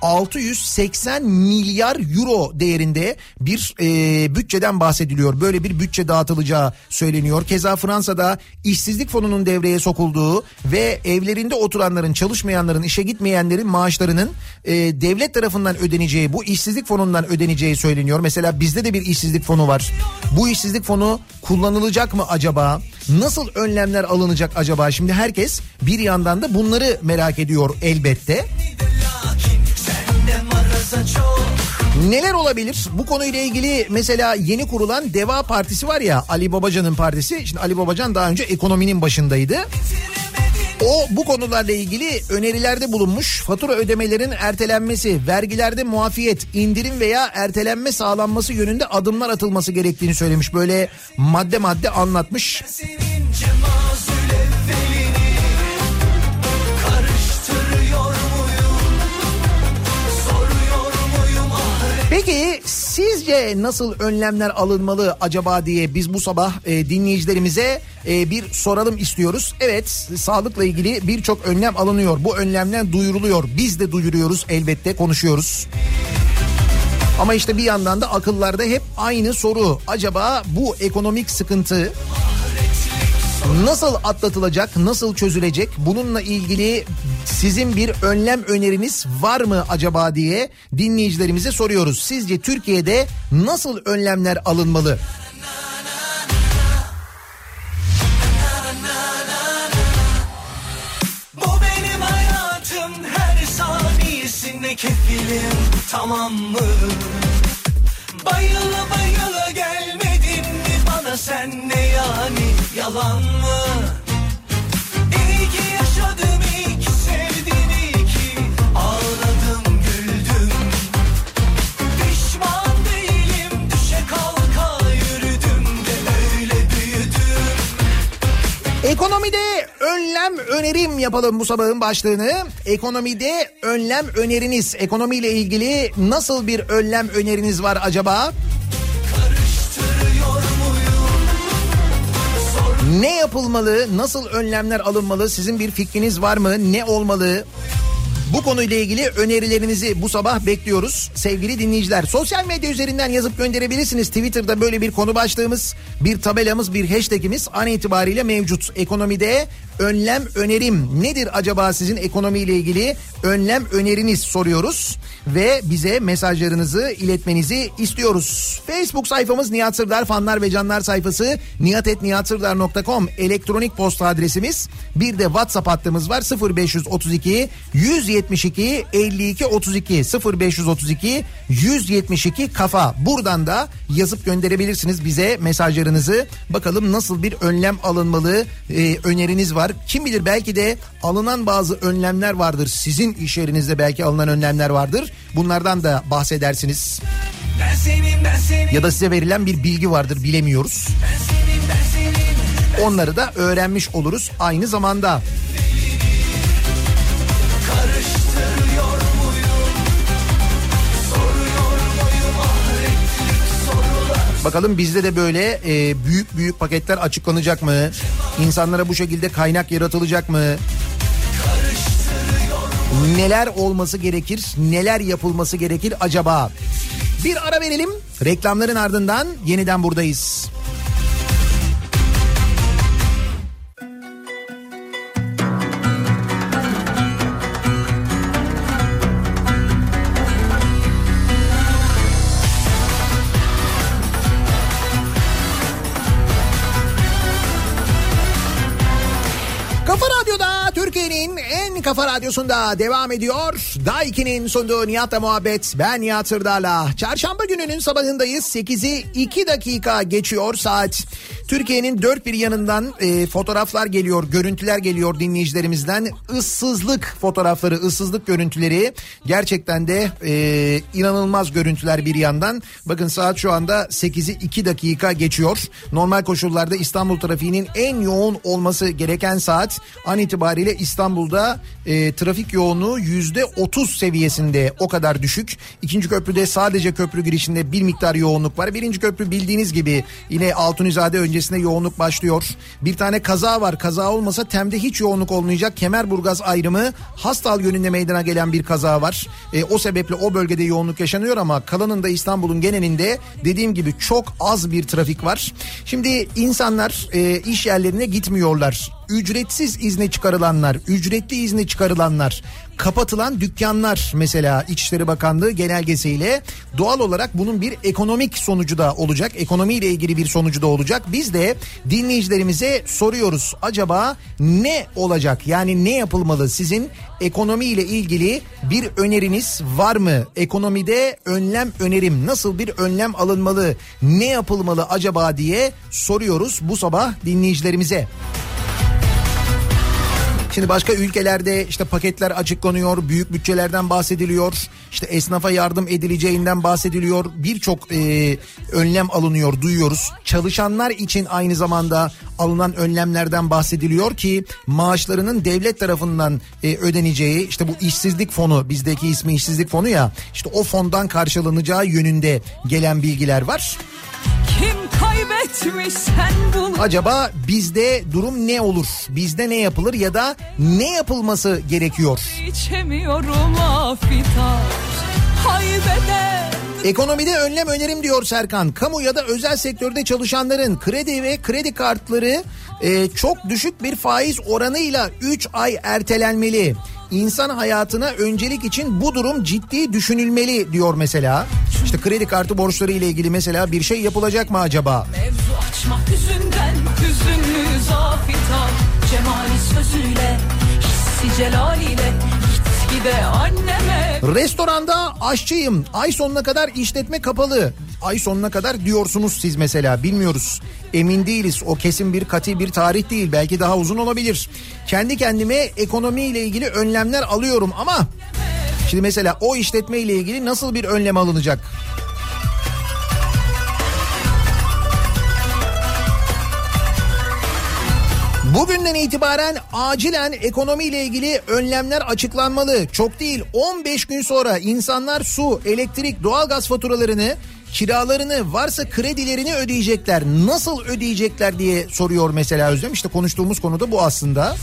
altı yüz seksen milyar euro değerinde bir e, bütçeden bahsediliyor. Böyle bir bütçe dağıtılacağı söyleniyor. Keza Fransa'da işsizlik fonunun devreye sokulduğu ve evlerinde oturanların, çalışmayanların, işe gitmeyenlerin maaşlarının e, devlet tarafından ödeneceği, bu işsizlik fonundan ödeneceği söyleniyor. Mesela bizde de bir işsizlik fonu var. Bu işsizlik fonu kullanılacak mı acaba? Nasıl önlemler alınacak acaba? Şimdi herkes bir yandan da bunları merak ediyor elbette. Neler olabilir? Bu konuyla ilgili mesela yeni kurulan Deva Partisi var ya, Ali Babacan'ın partisi. Şimdi Ali Babacan daha önce ekonominin başındaydı. O bu konularla ilgili önerilerde bulunmuş. Fatura ödemelerin ertelenmesi, vergilerde muafiyet, indirim veya ertelenme sağlanması yönünde adımlar atılması gerektiğini söylemiş. Böyle madde madde anlatmış. Peki sizce nasıl önlemler alınmalı acaba diye biz bu sabah e, dinleyicilerimize e, bir soralım istiyoruz. Evet, sağlıkla ilgili birçok önlem alınıyor. Bu önlemler duyuruluyor. Biz de duyuruyoruz elbette, konuşuyoruz. Ama işte bir yandan da akıllarda hep aynı soru. Acaba bu ekonomik sıkıntı nasıl atlatılacak, nasıl çözülecek? Bununla ilgili sizin bir önlem öneriniz var mı acaba diye dinleyicilerimize soruyoruz. Sizce Türkiye'de nasıl önlemler alınmalı? Bu benim hayatım, her saniyesinde kefilim, tamam mı? Bayıla bayıla gelmedin mi bana, sen ne yani, yalan mı? İyi ki yaşadım, iyi ki sevdim, iyi ki ağladım, güldüm. Pişman değilim, düşe kalka yürüdüm de böyle büyüdüm. Ekonomide önlem önerim yapalım bu sabahın başlığını. Ekonomide önlem öneriniz, ekonomiyle ilgili nasıl bir önlem öneriniz var acaba? Ne yapılmalı, nasıl önlemler alınmalı, sizin bir fikriniz var mı, ne olmalı? Bu konuyla ilgili önerilerinizi bu sabah bekliyoruz sevgili dinleyiciler. Sosyal medya üzerinden yazıp gönderebilirsiniz. Twitter'da böyle bir konu başlığımız, bir tabelamız, bir hashtagimiz an itibariyle mevcut. Ekonomide önlem önerim. Nedir acaba sizin ekonomiyle ilgili önlem öneriniz soruyoruz. Ve bize mesajlarınızı iletmenizi istiyoruz. Facebook sayfamız Nihat Sırdar fanlar ve canlar sayfası, nihat et nihat sırdar nokta com elektronik posta adresimiz. Bir de WhatsApp hattımız var, sıfır beş otuz iki yüz yetmiş iki elli iki otuz iki sıfır beş otuz iki yüz yetmiş iki kafa. Buradan da yazıp gönderebilirsiniz bize mesajlarınızı. Bakalım nasıl bir önlem alınmalı, e, öneriniz var. Kim bilir, belki de alınan bazı önlemler vardır. Sizin iş yerinizde belki alınan önlemler vardır. Bunlardan da bahsedersiniz. Ben senin, ben senin. Ya da size verilen bir bilgi vardır, bilemiyoruz. Ben senin, ben senin. Onları da öğrenmiş oluruz aynı zamanda. Karıştırıyor muyum? Soruyor muyum ahretlik sorular? Bakalım bizde de böyle e, büyük büyük paketler açıklanacak mı? İnsanlara bu şekilde kaynak yaratılacak mı? Neler olması gerekir? Neler yapılması gerekir acaba? Bir ara verelim. Reklamların ardından yeniden buradayız. Kafa Radyo'da, Türkiye'nin en kafa radyosunda devam ediyor. Daiki'nin sunduğu Nihat'la muhabbet. Ben Nihat Sırdar'la. Çarşamba gününün sabahındayız. sekizi iki dakika geçiyor saat. Türkiye'nin dört bir yanından e, fotoğraflar geliyor, görüntüler geliyor dinleyicilerimizden. Issızlık fotoğrafları, ıssızlık görüntüleri. Gerçekten de e, inanılmaz görüntüler bir yandan. Bakın saat şu anda sekizi iki dakika geçiyor. Normal koşullarda İstanbul trafiğinin en yoğun olması gereken saat. An itibariyle İstanbul'da e, trafik yoğunluğu yüzde otuz seviyesinde, o kadar düşük. İkinci köprüde sadece köprü girişinde bir miktar yoğunluk var. Birinci köprü bildiğiniz gibi yine Altunizade öncesinde yoğunluk başlıyor. Bir tane kaza var. Kaza olmasa Tem'de hiç yoğunluk olmayacak. Kemerburgaz ayrımı Hastal yönünde meydana gelen bir kaza var. E, o sebeple o bölgede yoğunluk yaşanıyor ama kalanında İstanbul'un genelinde dediğim gibi çok az bir trafik var. Şimdi insanlar e, iş yerlerine gitmiyorlar. Ücretsiz izne çıkarılanlar, ücretli izne çıkarılanlar, kapatılan dükkanlar mesela İçişleri Bakanlığı genelgesiyle, doğal olarak bunun bir ekonomik sonucu da olacak. Ekonomiyle ilgili bir sonucu da olacak. Biz de dinleyicilerimize soruyoruz. Acaba ne olacak? Yani ne yapılmalı? Sizin ekonomiyle ilgili bir öneriniz var mı? Ekonomide önlem önerim. Nasıl bir önlem alınmalı? Ne yapılmalı acaba diye soruyoruz bu sabah dinleyicilerimize. Şimdi başka ülkelerde işte paketler açıklanıyor, büyük bütçelerden bahsediliyor, işte esnafa yardım edileceğinden bahsediliyor, birçok e, önlem alınıyor, duyuyoruz. Çalışanlar için aynı zamanda alınan önlemlerden bahsediliyor ki maaşlarının devlet tarafından e, ödeneceği, işte bu işsizlik fonu, bizdeki ismi işsizlik fonu ya, işte o fondan karşılanacağı yönünde gelen bilgiler var. Kim kaybetmiş sen bul. Acaba bizde durum ne olur? Bizde ne yapılır ya da ne yapılması gerekiyor? İçemiyorum afitar. Haybeden. Ekonomide önlem önerim diyor Serkan. Kamu ya da özel sektörde çalışanların kredi ve kredi kartları e, çok düşük bir faiz oranıyla üç ay ertelenmeli. İnsan hayatına öncelik için bu durum ciddi düşünülmeli diyor mesela. İşte kredi kartı borçları ile ilgili mesela bir şey yapılacak mı acaba? Mevzu açmak yüzünden hüzünlü zafitar. Cemali sözüyle, hissi celaliyle gitgide anneme. Restoranda aşçıyım. Ay sonuna kadar işletme kapalı. Ay sonuna kadar diyorsunuz siz mesela, bilmiyoruz. Emin değiliz. O kesin bir katı bir tarih değil. Belki daha uzun olabilir. Kendi kendime ekonomiyle ilgili önlemler alıyorum ama şimdi mesela o işletme ile ilgili nasıl bir önlem alınacak? Bugünden itibaren acilen ekonomiyle ilgili önlemler açıklanmalı. Çok değil, on beş gün sonra insanlar su, elektrik, doğalgaz faturalarını, kiralarını, varsa kredilerini ödeyecekler. Nasıl ödeyecekler diye soruyor mesela Özlem. İşte konuştuğumuz konu da bu aslında.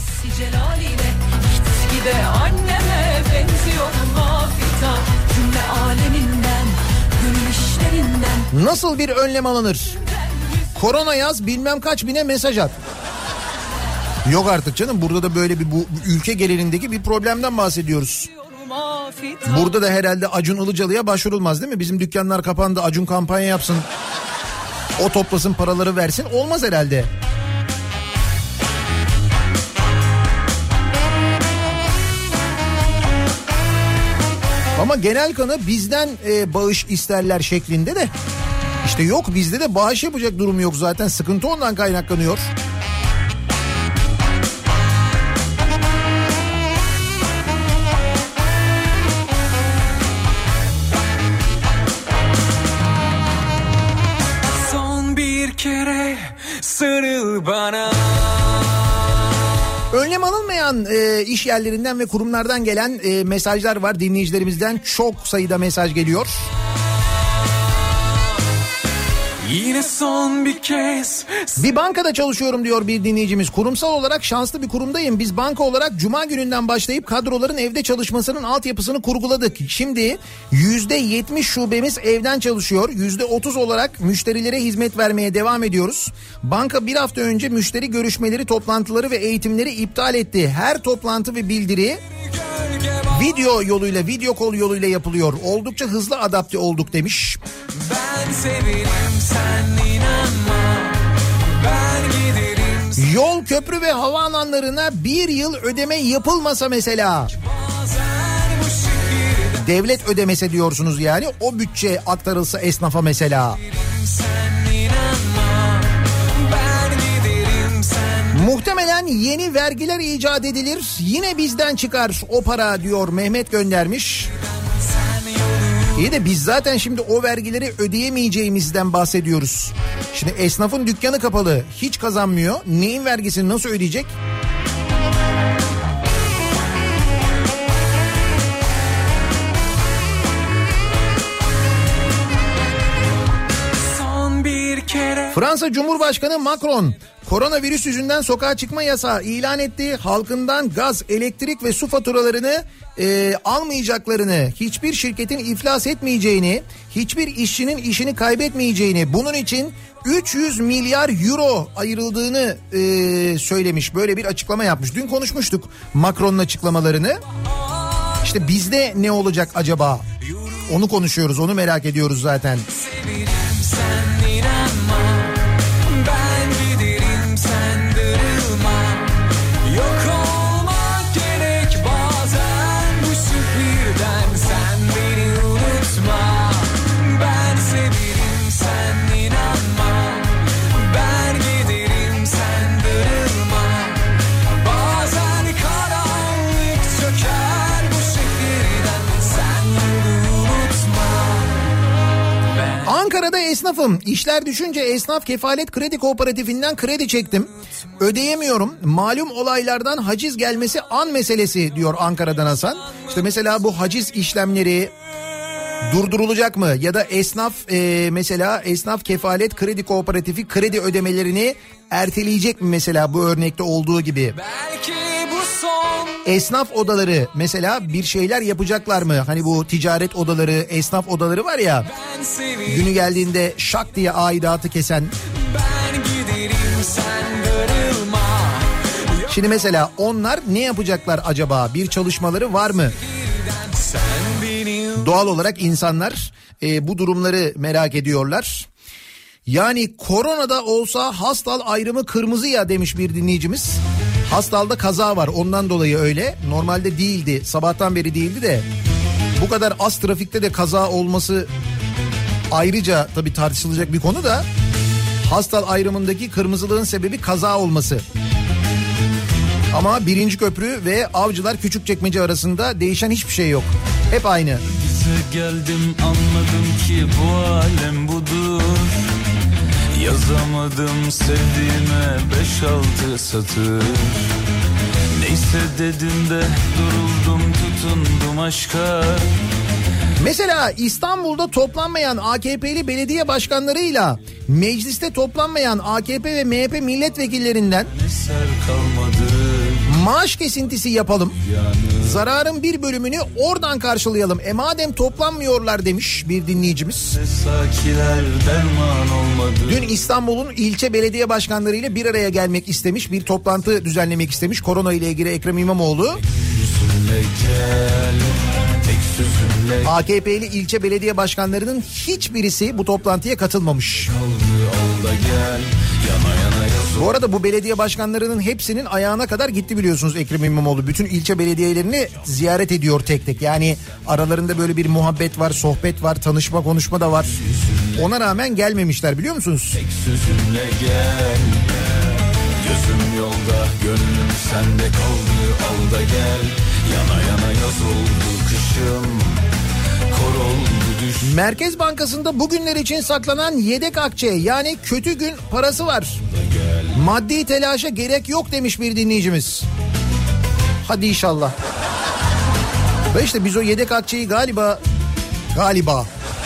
Anneme benziyorum hafita, cümle aleminden, gönül işlerinden. Nasıl bir önlem alınır? Korona yaz, bilmem kaç bine mesaj at. Yok artık canım, burada da böyle bir bu ülke genelindeki bir problemden bahsediyoruz. Burada da herhalde Acun Ilıcalı'ya başvurulmaz değil mi? Bizim dükkanlar kapandı, Acun kampanya yapsın, o toplasın paraları versin, olmaz herhalde. Ama genel kanı bizden e, bağış isterler şeklinde de işte yok, bizde de bağış yapacak durum yok zaten, sıkıntı ondan kaynaklanıyor. Son bir kere sarıl bana. Önlem alınmayan e, iş yerlerinden ve kurumlardan gelen e, mesajlar var dinleyicilerimizden. Çok sayıda mesaj geliyor. Yine son bir kez. Bir bankada çalışıyorum diyor bir dinleyicimiz. Kurumsal olarak şanslı bir kurumdayım. Biz banka olarak cuma gününden başlayıp kadroların evde çalışmasının altyapısını kurguladık. Şimdi yüzde yetmiş şubemiz evden çalışıyor. yüzde otuz olarak müşterilere hizmet vermeye devam ediyoruz. Banka bir hafta önce müşteri görüşmeleri, toplantıları ve eğitimleri iptal etti. Her toplantı ve bildiri video yoluyla, video call yoluyla yapılıyor. Oldukça hızlı adapte olduk demiş. Ben severim, sen inanma. Ben giderim. Yol, köprü ve havaalanlarına bir yıl ödeme yapılmasa mesela. Devlet ödemese diyorsunuz yani, o bütçe aktarılsa esnafa mesela. Sen inanma. Ben giderim, sen. Muhtemelen yeni vergiler icat edilir. Yine bizden çıkar o para diyor Mehmet göndermiş. İyi de biz zaten şimdi o vergileri ödeyemeyeceğimizden bahsediyoruz. Şimdi esnafın dükkanı kapalı, hiç kazanmıyor. Neyin vergisini nasıl ödeyecek? Fransa Cumhurbaşkanı Macron koronavirüs yüzünden sokağa çıkma yasağı ilan etti. Halkından gaz, elektrik ve su faturalarını e, almayacaklarını, hiçbir şirketin iflas etmeyeceğini, hiçbir işçinin işini kaybetmeyeceğini, bunun için üç yüz milyar euro ayrıldığını e, söylemiş. Böyle bir açıklama yapmış. Dün konuşmuştuk Macron'un açıklamalarını. İşte bizde ne olacak acaba? Onu konuşuyoruz, onu merak ediyoruz zaten. Ankara'da esnafım. İşler düşünce esnaf kefalet kredi kooperatifinden kredi çektim. Ödeyemiyorum. Malum olaylardan haciz gelmesi an meselesi diyor Ankara'dan Hasan. İşte mesela bu haciz işlemleri durdurulacak mı? Ya da esnaf e, mesela esnaf kefalet kredi kooperatifi kredi ödemelerini erteleyecek mi mesela bu örnekte olduğu gibi? Belki bu son. Esnaf odaları mesela bir şeyler yapacaklar mı? Hani bu ticaret odaları, esnaf odaları var ya, günü geldiğinde şak diye aidatı kesen. Ben giderim, sen darılma. Şimdi mesela onlar ne yapacaklar acaba? Bir çalışmaları var mı? Doğal olarak insanlar e, bu durumları merak ediyorlar. Yani koronada olsa Hastal ayrımı kırmızı ya demiş bir dinleyicimiz. Hastal'da kaza var, ondan dolayı öyle. Normalde değildi, sabahtan beri değildi de bu kadar az trafikte de kaza olması ayrıca tabii tartışılacak bir konu da, Hastal ayrımındaki kırmızılığın sebebi kaza olması. Ama birinci köprü ve Avcılar Küçükçekmece arasında değişen hiçbir şey yok. Hep aynı. Bize geldim, anladım ki bu alem budur. Yazamadım sevdiğime beş altı satır. Neyse dedim de duruldum, tutundum aşka. Mesela İstanbul'da toplanmayan A K P'li belediye başkanlarıyla mecliste toplanmayan A K P ve M H P milletvekillerinden maaş kesintisi yapalım. Zararın bir bölümünü oradan karşılayalım. E madem toplanmıyorlar demiş bir dinleyicimiz. Dün İstanbul'un ilçe belediye başkanlarıyla bir araya gelmek istemiş, bir toplantı düzenlemek istemiş. Korona ile ilgili Ekrem İmamoğlu. A K P'li ilçe belediye başkanlarının hiçbirisi bu toplantıya katılmamış. Bu arada bu belediye başkanlarının hepsinin ayağına kadar gitti biliyorsunuz Ekrem İmamoğlu. Bütün ilçe belediyelerini ziyaret ediyor tek tek. Yani aralarında böyle bir muhabbet var, sohbet var, tanışma, konuşma da var. Ona rağmen gelmemişler biliyor musunuz? Tek sözümle gel, gözüm yolda, gönlüm sende kaldı, al da gel. Yana yana yaz oldu kışım, kor oldu düş. Merkez Bankası'nda bugünler için saklanan yedek akçe, yani kötü gün parası var. Maddi telaşa gerek yok demiş bir dinleyicimiz. Hadi inşallah. Ve işte biz o yedek akçeyi galiba galiba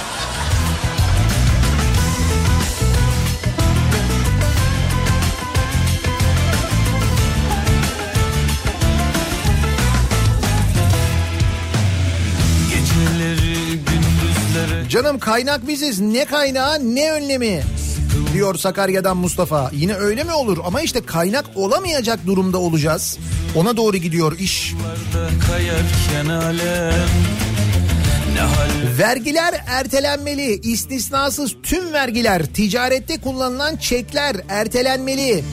canım kaynak biziz, ne kaynağı ne önlemi diyor Sakarya'dan Mustafa. Yine öyle mi olur? Ama işte kaynak olamayacak durumda olacağız. Ona doğru gidiyor iş. Vergiler ertelenmeli. İstisnasız tüm vergiler, ticarette kullanılan çekler ertelenmeli.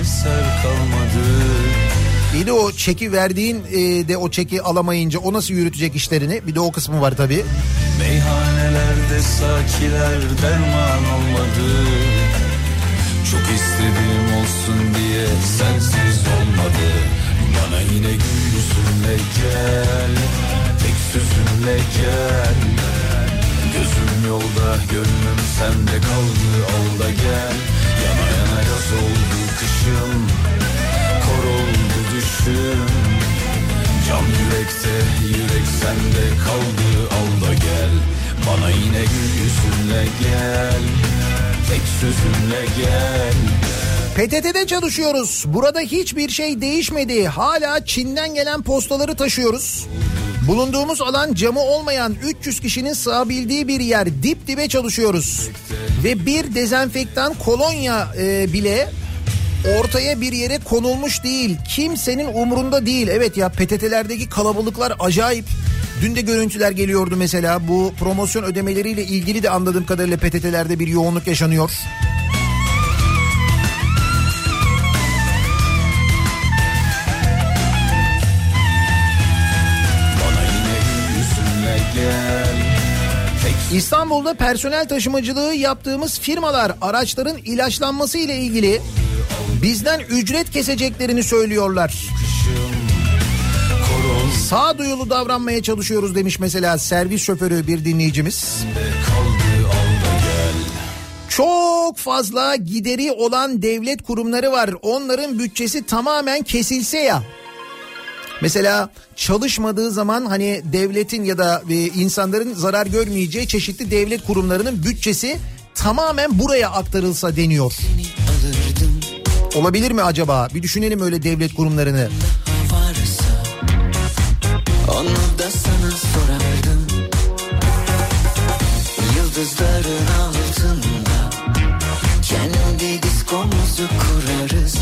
Bir de o çeki verdiğin e, de o çeki alamayınca o nasıl yürütecek işlerini? Bir de o kısmı var tabii. Meyhanelerde sakiler derman olmadı. Çok istediğim olsun diye sensiz olmadı. Bana yine gül yüzünle gel, tek sözünle gel. Gözüm yolda, gönlüm sende kaldı, al da gel. Yana yana yaz oldu kışım, kor oldu düşüm. bende kaldı, al da gel. Bana yine gül yüzünle gel, tek sözünle gel. P T T'de çalışıyoruz. Burada hiçbir şey değişmedi. Hala Çin'den gelen postaları taşıyoruz. Bulunduğumuz alan camı olmayan üç yüz kişinin sığabildiği bir yer. Dip dibe çalışıyoruz. Ve bir dezenfektan kolonya e, bile ortaya bir yere konulmuş değil. Kimsenin umurunda değil. Evet ya, P T T'lerdeki kalabalıklar acayip. Dün de görüntüler geliyordu mesela. Bu promosyon ödemeleriyle ilgili de anladığım kadarıyla P T T'lerde bir yoğunluk yaşanıyor. İstanbul'da personel taşımacılığı yaptığımız firmalar araçların ilaçlanması ile ilgili bizden ücret keseceklerini söylüyorlar. Sağduyulu davranmaya çalışıyoruz demiş mesela servis şoförü bir dinleyicimiz. Çok fazla gideri olan devlet kurumları var. Onların bütçesi tamamen kesilse ya. Mesela çalışmadığı zaman hani devletin ya da insanların zarar görmeyeceği çeşitli devlet kurumlarının bütçesi tamamen buraya aktarılsa deniyor. Olabilir mi acaba? Bir düşünelim öyle devlet kurumlarını. Onu da sana sorardım. Yıldızların altında kendi diskomuzu kurarız.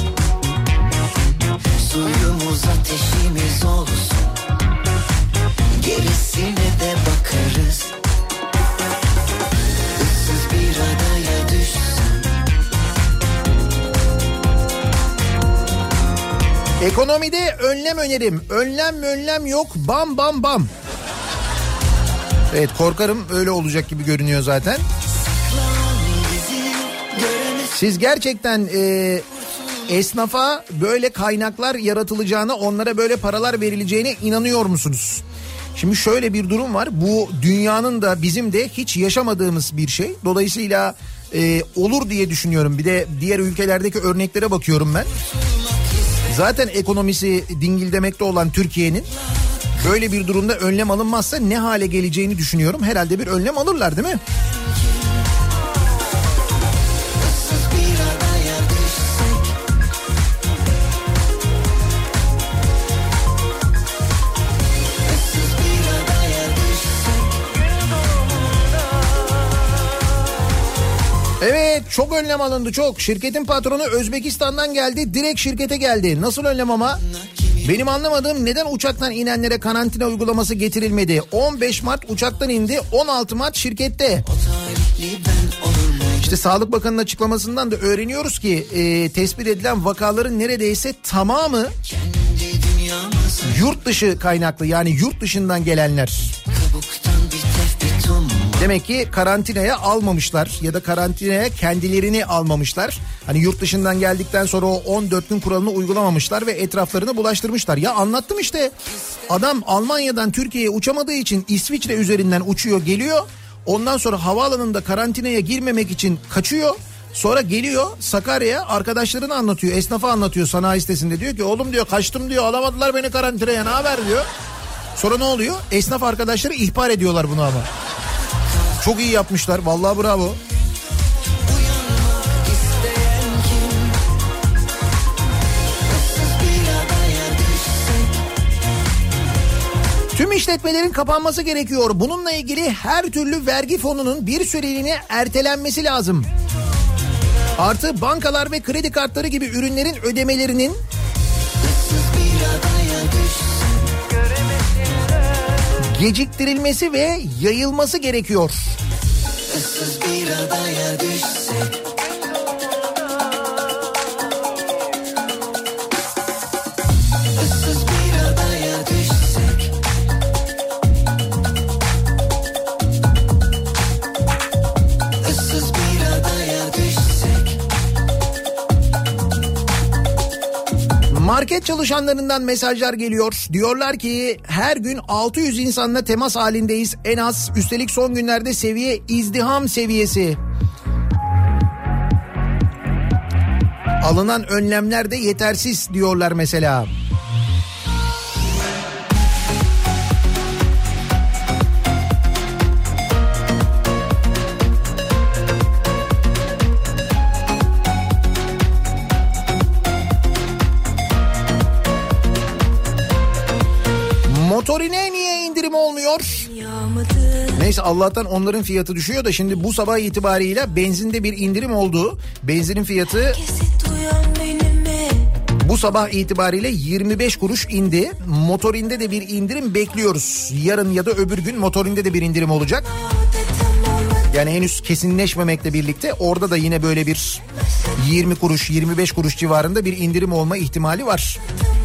Suyumuz ateşimiz olsun, gerisine de bakarız. Issız bir adaya düşsem. Ekonomide önlem önerim. Önlem önlem yok, bam bam bam. Evet, korkarım öyle olacak gibi görünüyor zaten. Siz gerçekten e, esnafa böyle kaynaklar yaratılacağına, onlara böyle paralar verileceğine inanıyor musunuz? Şimdi şöyle bir durum var. Bu dünyanın da bizim de hiç yaşamadığımız bir şey. Dolayısıyla e, olur diye düşünüyorum. Bir de diğer ülkelerdeki örneklere bakıyorum ben. Zaten ekonomisi dingildemekte olan Türkiye'nin böyle bir durumda önlem alınmazsa ne hale geleceğini düşünüyorum. Herhalde bir önlem alırlar, değil mi? Evet, çok önlem alındı, çok. Şirketin patronu Özbekistan'dan geldi, direkt şirkete geldi. Nasıl önlem ama? Benim anlamadığım, neden uçaktan inenlere karantina uygulaması getirilmedi? on beş Mart uçaktan indi, on altı Mart şirkette. İşte Sağlık Bakanı'nın açıklamasından da öğreniyoruz ki e, tespit edilen vakaların neredeyse tamamı yurt dışı kaynaklı, yani yurt dışından gelenler. Demek ki karantinaya almamışlar ya da karantinaya kendilerini almamışlar. Hani yurt dışından geldikten sonra o on dört gün kuralını uygulamamışlar ve etraflarını bulaştırmışlar. Ya anlattım işte, adam Almanya'dan Türkiye'ye uçamadığı için İsviçre üzerinden uçuyor geliyor. Ondan sonra havaalanında karantinaya girmemek için kaçıyor. Sonra geliyor Sakarya'ya, arkadaşlarını anlatıyor, esnafa anlatıyor sanayi sitesinde. Diyor ki oğlum diyor, kaçtım diyor, alamadılar beni karantinaya, ne haber diyor. Sonra ne oluyor? Esnaf arkadaşları ihbar ediyorlar bunu ama. Çok iyi yapmışlar. Vallahi bravo. Tüm işletmelerin kapanması gerekiyor. Bununla ilgili her türlü vergi fonunun bir süreliğine ertelenmesi lazım. Artı bankalar ve kredi kartları gibi ürünlerin ödemelerinin geciktirilmesi ve yayılması gerekiyor. Issız bir adaya düşsek. Issız bir adaya düşsek. Issız bir adaya düşsek. Market çalışanlarından mesajlar geliyor. Diyorlar ki her gün altı yüz insanla temas halindeyiz en az. Üstelik son günlerde seviye izdiham seviyesi. Alınan önlemler de yetersiz diyorlar mesela. Motorine niye indirim olmuyor? Neyse Allah'tan onların fiyatı düşüyor da şimdi bu sabah itibariyle benzinde bir indirim oldu. Benzinin fiyatı bu sabah itibariyle yirmi beş kuruş indi. Motorinde de bir indirim bekliyoruz. Yarın ya da öbür gün motorinde de bir indirim olacak. Yani henüz kesinleşmemekle birlikte orada da yine böyle bir yirmi kuruş yirmi beş kuruş civarında bir indirim olma ihtimali var.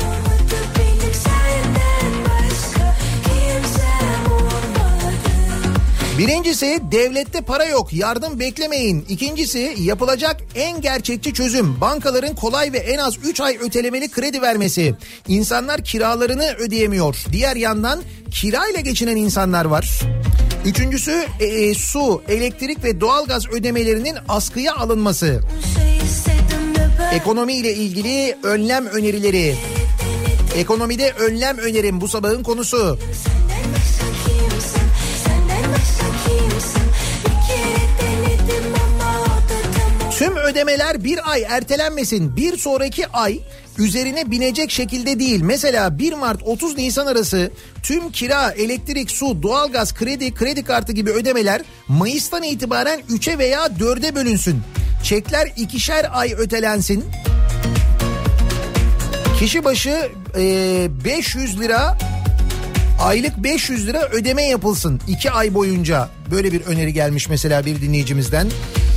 Birincisi devlette para yok, yardım beklemeyin. İkincisi yapılacak en gerçekçi çözüm bankaların kolay ve en az üç ay ötelemeli kredi vermesi. İnsanlar kiralarını ödeyemiyor. Diğer yandan kirayla geçinen insanlar var. Üçüncüsü e, su, elektrik ve doğalgaz ödemelerinin askıya alınması. Ekonomiyle ilgili önlem önerileri. Ekonomide önlem önerim bu sabahın konusu. Tüm ödemeler bir ay ertelenmesin. Bir sonraki ay üzerine binecek şekilde değil. Mesela bir Mart otuz Nisan arası tüm kira, elektrik, su, doğalgaz, kredi, kredi kartı gibi ödemeler Mayıs'tan itibaren üçe veya dörde bölünsün. Çekler ikişer ay ötelensin. Kişi başı e, beş yüz lira, aylık beş yüz lira ödeme yapılsın iki ay boyunca. Böyle bir öneri gelmiş mesela bir dinleyicimizden.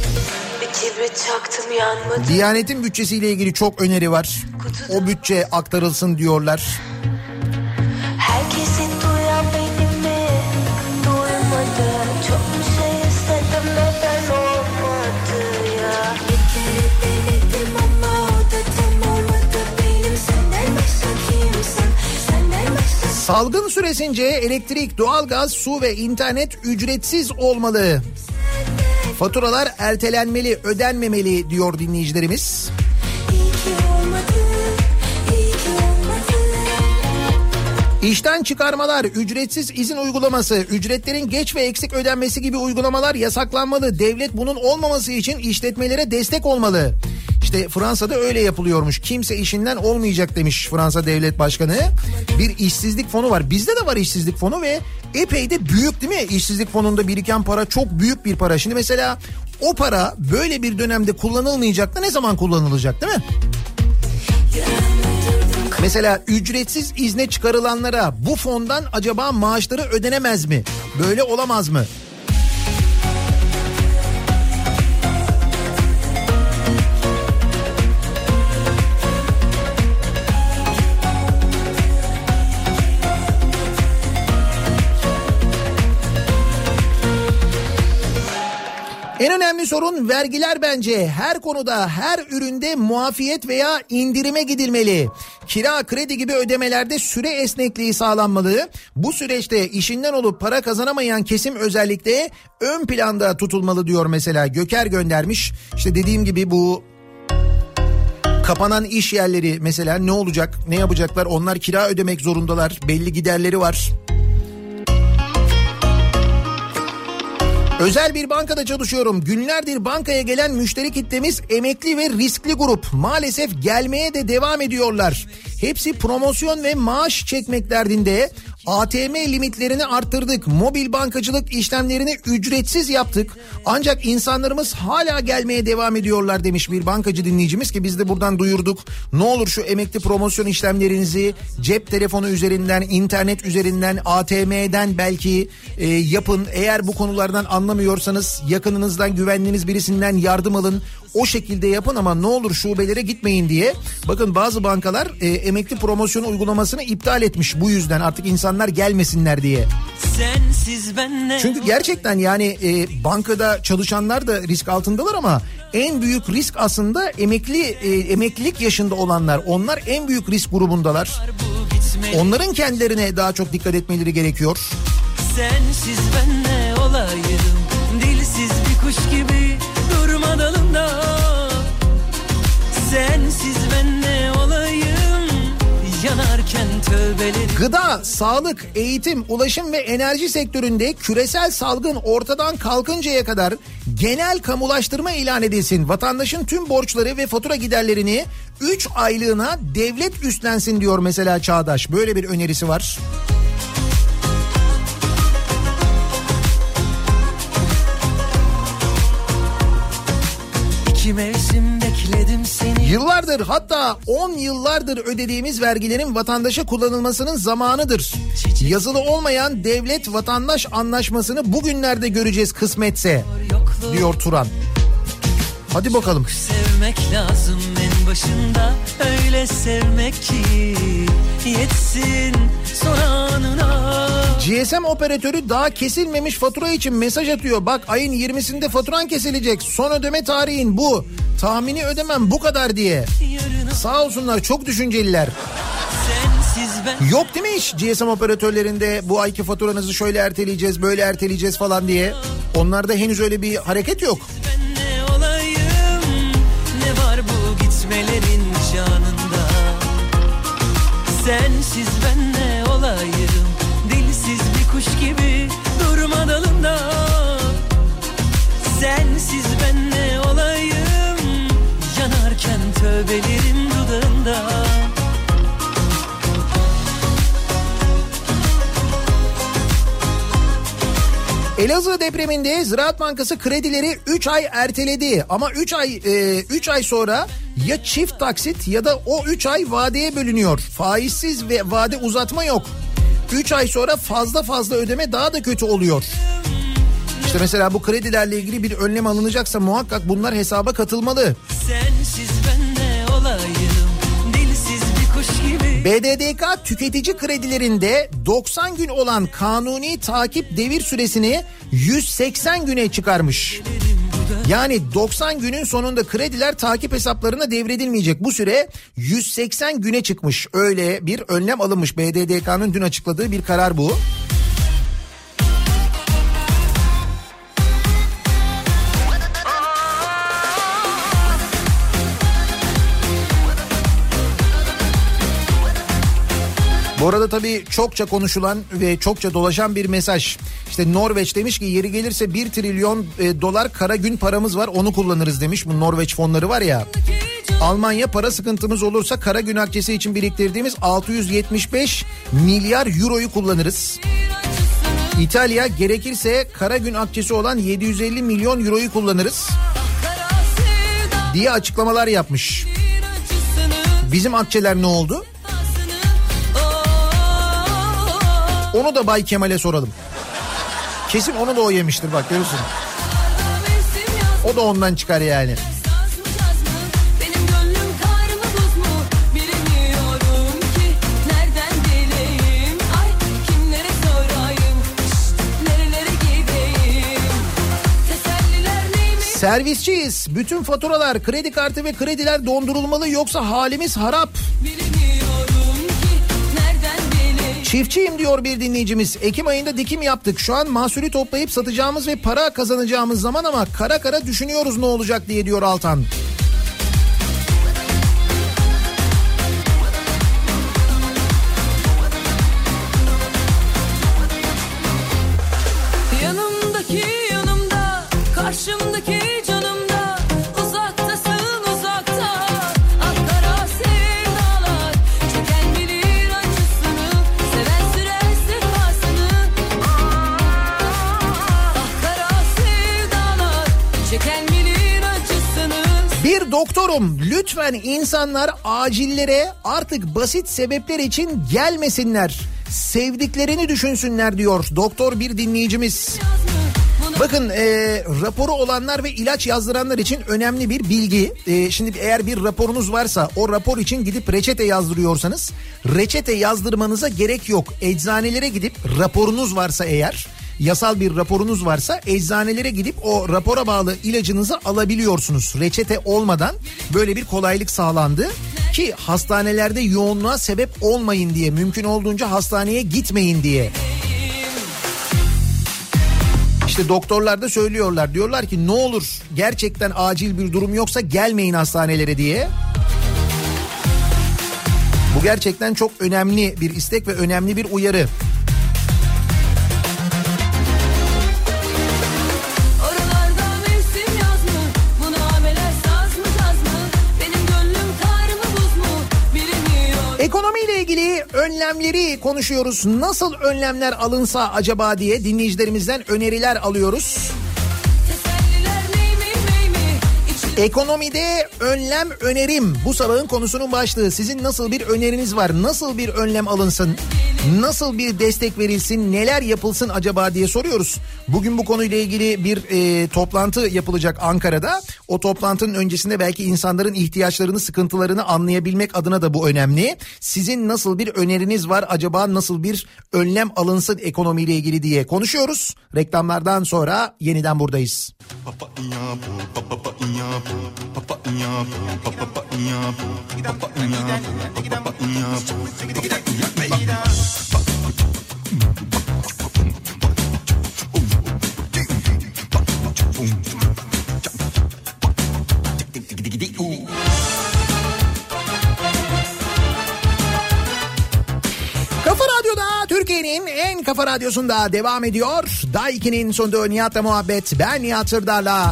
Diyanet'in bütçesiyle ilgili çok öneri var. O bütçe aktarılsın diyorlar. Herkesi duyan benim mi? Duymadı. Çok şey istedim neden olmadı ya? Bir kere denedim ama o da tam olmadı benim. Senden başka kimsin? Senden başka... Salgın süresince elektrik, doğalgaz, su ve internet ücretsiz olmalı. Faturalar ertelenmeli, ödenmemeli diyor dinleyicilerimiz. İşten çıkarmalar, ücretsiz izin uygulaması, ücretlerin geç ve eksik ödenmesi gibi uygulamalar yasaklanmalı. Devlet bunun olmaması için işletmelere destek olmalı. İşte Fransa'da öyle yapılıyormuş. Kimse işinden olmayacak demiş Fransa Devlet Başkanı. Bir işsizlik fonu var. Bizde de var işsizlik fonu ve epey de büyük değil mi? İşsizlik fonunda biriken para çok büyük bir para. Şimdi mesela o para böyle bir dönemde kullanılmayacak da ne zaman kullanılacak değil mi? Mesela ücretsiz izne çıkarılanlara bu fondan acaba maaşları ödenemez mi? Böyle olamaz mı? En önemli sorun vergiler bence. Her konuda, her üründe muafiyet veya indirime gidilmeli. Kira, kredi gibi ödemelerde süre esnekliği sağlanmalı. Bu süreçte işinden olup para kazanamayan kesim özellikle ön planda tutulmalı diyor mesela. Göker göndermiş. İşte dediğim gibi bu kapanan iş yerleri mesela ne olacak? Ne yapacaklar? Onlar kira ödemek zorundalar. Belli giderleri var. Özel bir bankada çalışıyorum. Günlerdir bankaya gelen müşteri kitlemiz emekli ve riskli grup. Maalesef gelmeye de devam ediyorlar. Hepsi promosyon ve maaş çekmek derdinde. A T M limitlerini arttırdık. Mobil bankacılık işlemlerini ücretsiz yaptık. Ancak insanlarımız hala gelmeye devam ediyorlar demiş bir bankacı dinleyicimiz ki biz de buradan duyurduk. Ne olur şu emekli promosyon işlemlerinizi cep telefonu üzerinden, internet üzerinden, A T M'den belki e, yapın. Eğer bu konulardan anlamıyorsanız yakınınızdan, güvendiğiniz birisinden yardım alın. O şekilde yapın ama ne olur şubelere gitmeyin diye. Bakın bazı bankalar e, emekli promosyon uygulamasını iptal etmiş bu yüzden, artık insanlar gelmesinler diye. Çünkü gerçekten yani e, bankada çalışanlar da risk altındalar ama en büyük risk aslında emekli e, emeklilik yaşında olanlar. Onlar en büyük risk grubundalar. Onların kendilerine daha çok dikkat etmeleri gerekiyor. Sensiz ben ne olayım, dilsiz bir kuş gibi durma dalında. Sensiz ben ne olayım, yanarken tövbeleri. Gıda, sağlık, eğitim, ulaşım ve enerji sektöründe küresel salgın ortadan kalkıncaya kadar genel kamulaştırma ilan edilsin. Vatandaşın tüm borçları ve fatura giderlerini üç aylığına devlet üstlensin diyor mesela Çağdaş. Böyle bir önerisi var. Yıllardır, hatta on yıllardır ödediğimiz vergilerin vatandaşa kullanılmasının zamanıdır. Yazılı olmayan devlet vatandaş anlaşmasını bugünlerde göreceğiz kısmetse, diyor Turan. Hadi bakalım. Sevmek lazım en başında, öyle sevmek ki yetsin son anına. G S M operatörü daha kesilmemiş fatura için mesaj atıyor. Bak ayın yirmisinde faturan kesilecek. Son ödeme tarihin bu. Tahmini ödemem bu kadar diye. Sağ olsunlar, çok düşünceliler. Yok değil mi hiç G S M operatörlerinde bu ayki faturanızı şöyle erteleyeceğiz, böyle erteleyeceğiz falan diye? Onlarda henüz öyle bir hareket yok. Ben ne olayım, ne var bu gitmelerin canında? Sensiz ben ne olayım, dilsiz bir kuş gibi durma dalında. Sensiz ben ne olayım, yanarken tövbelerim dudağında. Elazığ depreminde Ziraat Bankası kredileri üç ay erteledi ama üç ay üç ay sonra ya çift taksit ya da o üç ay vadeye bölünüyor. Faizsiz ve vade uzatma yok. üç ay sonra fazla fazla ödeme daha da kötü oluyor. İşte mesela bu kredilerle ilgili bir önlem alınacaksa muhakkak bunlar hesaba katılmalı. Sensiz ben ne olayım, dilsiz bir kuş gibi. B D D K tüketici kredilerinde doksan gün olan kanuni takip devir süresini yüz seksen güne çıkarmış. Yani doksan günün sonunda krediler takip hesaplarına devredilmeyecek. Bu süre yüz seksen güne çıkmış. Öyle bir önlem alınmış. B D D K'nın dün açıkladığı bir karar bu. Bu arada tabii çokça konuşulan ve çokça dolaşan bir mesaj. İşte Norveç demiş ki yeri gelirse bir trilyon e, dolar kara gün paramız var, onu kullanırız demiş. Bu Norveç fonları var ya. Almanya para sıkıntımız olursa kara gün akçesi için biriktirdiğimiz altı yüz yetmiş beş milyar euroyu kullanırız. İtalya gerekirse kara gün akçesi olan yedi yüz elli milyon euroyu kullanırız diye açıklamalar yapmış. Bizim akçeler ne oldu? Onu da Bay Kemal'e soralım. Kesin onu da o yemiştir, bak görürsün. O da ondan çıkar yani. Servisçiyiz. Bütün faturalar, kredi kartı ve krediler dondurulmalı, yoksa halimiz harap. Çiftçiyim diyor bir dinleyicimiz. Ekim ayında dikim yaptık. Şu an mahsulü toplayıp satacağımız ve para kazanacağımız zaman ama kara kara düşünüyoruz ne olacak diye diyor Altan. Yanımdaki yanımda, karşımdaki canımda, uzaktasın uzakta. Ah kara sevdalar, çeken bilir acısını, seven sürer sefasını. Ah kara sevdalar, çeken bilir acısını. Bir doktorum, lütfen insanlar acillere artık basit sebepler için gelmesinler. Sevdiklerini düşünsünler diyor doktor bir dinleyicimiz. Bakın e, raporu olanlar ve ilaç yazdıranlar için önemli bir bilgi. E, şimdi eğer bir raporunuz varsa o rapor için gidip reçete yazdırıyorsanız reçete yazdırmanıza gerek yok. Eczanelere gidip raporunuz varsa eğer, yasal bir raporunuz varsa eczanelere gidip o rapora bağlı ilacınızı alabiliyorsunuz. Reçete olmadan böyle bir kolaylık sağlandı ki hastanelerde yoğunluğa sebep olmayın diye, mümkün olduğunca hastaneye gitmeyin diye. İşte doktorlar da söylüyorlar, diyorlar ki ne olur gerçekten acil bir durum yoksa gelmeyin hastanelere diye. Bu gerçekten çok önemli bir istek ve önemli bir uyarı. Ekonomiyle ilgili önlemleri konuşuyoruz. Nasıl önlemler alınsa acaba diye dinleyicilerimizden öneriler alıyoruz. Ekonomide önlem önerim bu sabahın konusunun başlığı. Sizin nasıl bir öneriniz var? Nasıl bir önlem alınsın? Nasıl bir destek verilsin? Neler yapılsın acaba diye soruyoruz. Bugün bu konuyla ilgili bir e, toplantı yapılacak Ankara'da. O toplantının öncesinde belki insanların ihtiyaçlarını, sıkıntılarını anlayabilmek adına da bu önemli. Sizin nasıl bir öneriniz var? Acaba nasıl bir önlem alınsın ekonomiyle ilgili diye konuşuyoruz. Reklamlardan sonra yeniden buradayız. Kafa Radyo'da, Türkiye'nin en kafa radyosunda devam ediyor. Daiki'nin sunduğu Nihat'la muhabbet. Ben Nihat Sırdar'la.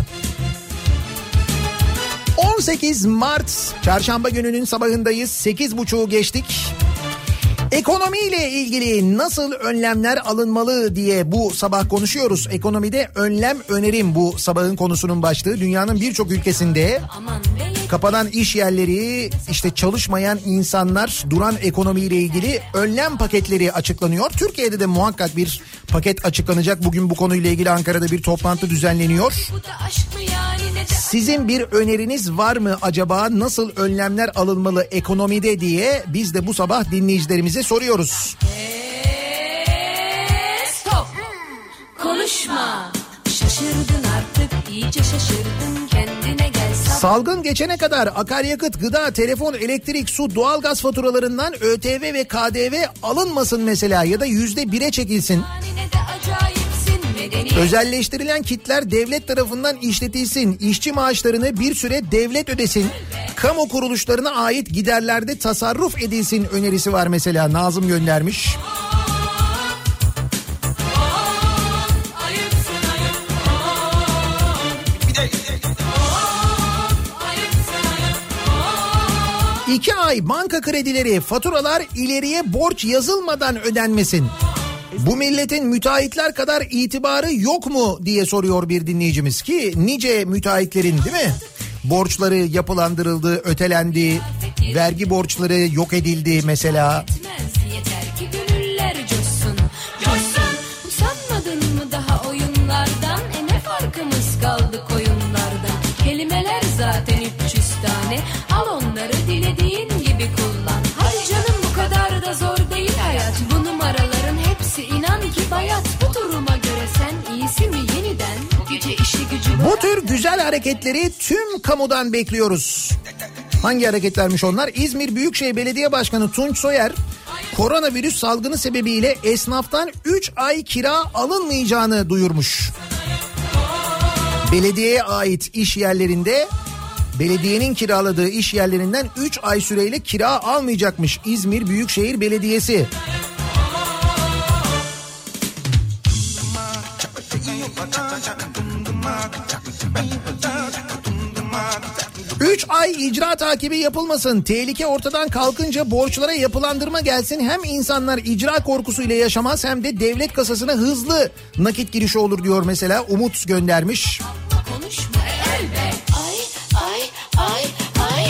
on sekiz Mart Çarşamba gününün sabahındayız. sekiz buçuğu geçtik. Ekonomiyle ilgili nasıl önlemler alınmalı diye bu sabah konuşuyoruz. Ekonomide önlem önerim bu sabahın konusunun başlığı. Dünyanın birçok ülkesinde kapanan iş yerleri, işte çalışmayan insanlar, duran ekonomiyle ilgili önlem paketleri açıklanıyor. Türkiye'de de muhakkak bir paket açıklanacak. Bugün bu konuyla ilgili Ankara'da bir toplantı düzenleniyor. Sizin bir öneriniz var mı acaba? Nasıl önlemler alınmalı ekonomide diye biz de bu sabah dinleyicilerimize soruyoruz. Eee, stop. Konuşma. Şaşırdın artık, iyice şaşırdın, kendine gel. Salgın geçene kadar akaryakıt, gıda, telefon, elektrik, su, doğalgaz faturalarından ÖTV ve K D V alınmasın mesela ya da yüzde bire çekilsin. Özelleştirilen kitler devlet tarafından işletilsin. İşçi maaşlarını bir süre devlet ödesin. Kamu kuruluşlarına ait giderlerde tasarruf edilsin önerisi var mesela. Nazım göndermiş. İki ay banka kredileri, faturalar ileriye borç yazılmadan ödenmesin. Bu milletin müteahhitler kadar itibarı yok mu diye soruyor bir dinleyicimiz, ki nice müteahhitlerin değil mi? Borçları yapılandırıldı, ötelendi, vergi borçları yok edildi mesela. Yeter ki gönüller coşsun, coşsun. Usanmadın mı daha oyunlardan? E ne farkımız kaldı koyunlardan? Kelimeler zaten üç yüz tane. Al onları dilediğin gibi kullan. Hadi canım, bu kadar da zor değil hayat. Bu numaraların hepsi inan ki bayat. Bu duruma göre sen iyisi mi yeniden? Bu gece işi gücü var. Bu tür güzel hareketleri tüm kamudan bekliyoruz. Hangi hareketlermiş onlar? İzmir Büyükşehir Belediye Başkanı Tunç Soyer, koronavirüs salgını sebebiyle esnaftan üç ay kira alınmayacağını duyurmuş. Belediyeye ait iş yerlerinde, belediyenin kiraladığı iş yerlerinden üç ay süreyle kira almayacakmış İzmir Büyükşehir Belediyesi. üç ay icra takibi yapılmasın. Tehlike ortadan kalkınca borçlara yapılandırma gelsin. Hem insanlar icra korkusuyla yaşamaz hem de devlet kasasına hızlı nakit girişi olur diyor mesela. Umut göndermiş. Konuşma elbe. Ay ay ay ay.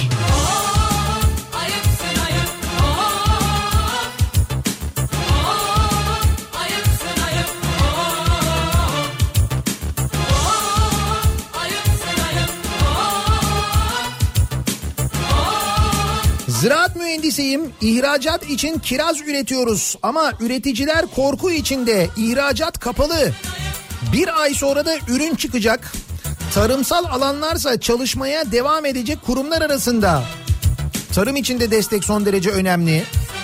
Ziraat mühendisiyim. İhracat için kiraz üretiyoruz ama üreticiler korku içinde. İhracat kapalı. Bir ay sonra da ürün çıkacak. Tarımsal alanlarsa çalışmaya devam edecek kurumlar arasında. Tarım için de destek son derece önemli.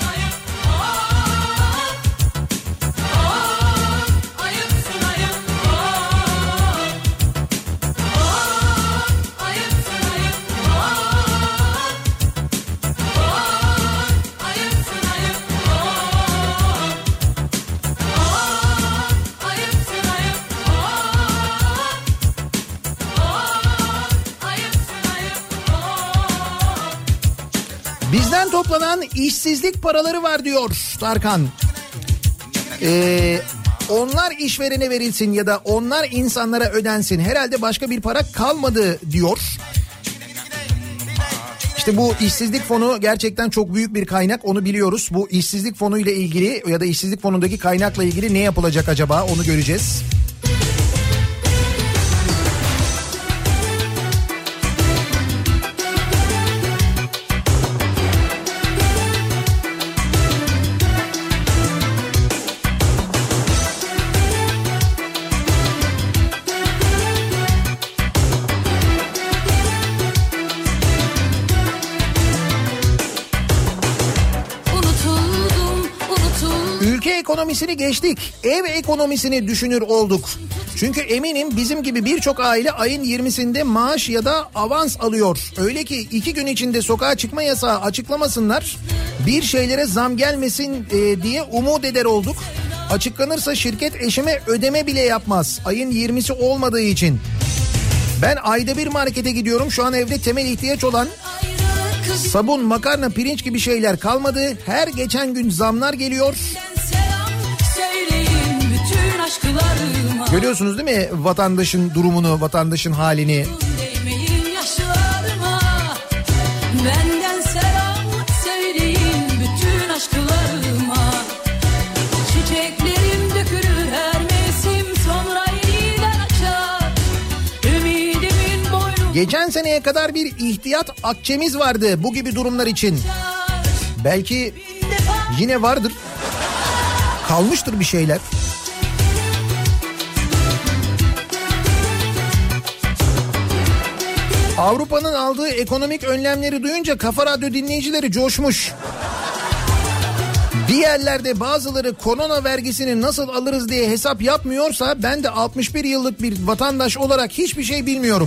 Bizden toplanan işsizlik paraları var diyor Tarkan. Ee, onlar işverene verilsin ya da onlar insanlara ödensin. Herhalde başka bir para kalmadı diyor. İşte bu işsizlik fonu gerçekten çok büyük bir kaynak, onu biliyoruz. Bu işsizlik fonu ile ilgili ya da işsizlik fonundaki kaynakla ilgili ne yapılacak acaba, onu göreceğiz. Ekonomisini geçtik. Ev ekonomisini düşünür olduk. Çünkü eminim bizim gibi birçok aile ayın yirmisinde maaş ya da avans alıyor. Öyle ki iki gün içinde sokağa çıkma yasağı açıklamasınlar. Bir şeylere zam gelmesin e, diye umut eder olduk. Açıklanırsa şirket eşime ödeme bile yapmaz. Ayın yirmisi olmadığı için. Ben ayda bir markete gidiyorum. Şu an evde temel ihtiyaç olan sabun, makarna, pirinç gibi şeyler kalmadı. Her geçen gün zamlar geliyor. Görüyorsunuz değil mi vatandaşın durumunu, vatandaşın halini? Benden selam söyleyin bütün aşklarıma. Çiçeklerim dökülür her mevsim, sonra yeniden açar ümidimin boynu. Geçen seneye kadar bir ihtiyat akçemiz vardı bu gibi durumlar için. Belki yine vardır. Kalmıştır bir şeyler. Avrupa'nın aldığı ekonomik önlemleri duyunca Kafa Radyo dinleyicileri coşmuş. Bir yerlerde bazıları korona vergisini nasıl alırız diye hesap yapmıyorsa ben de altmış bir yıllık bir vatandaş olarak hiçbir şey bilmiyorum.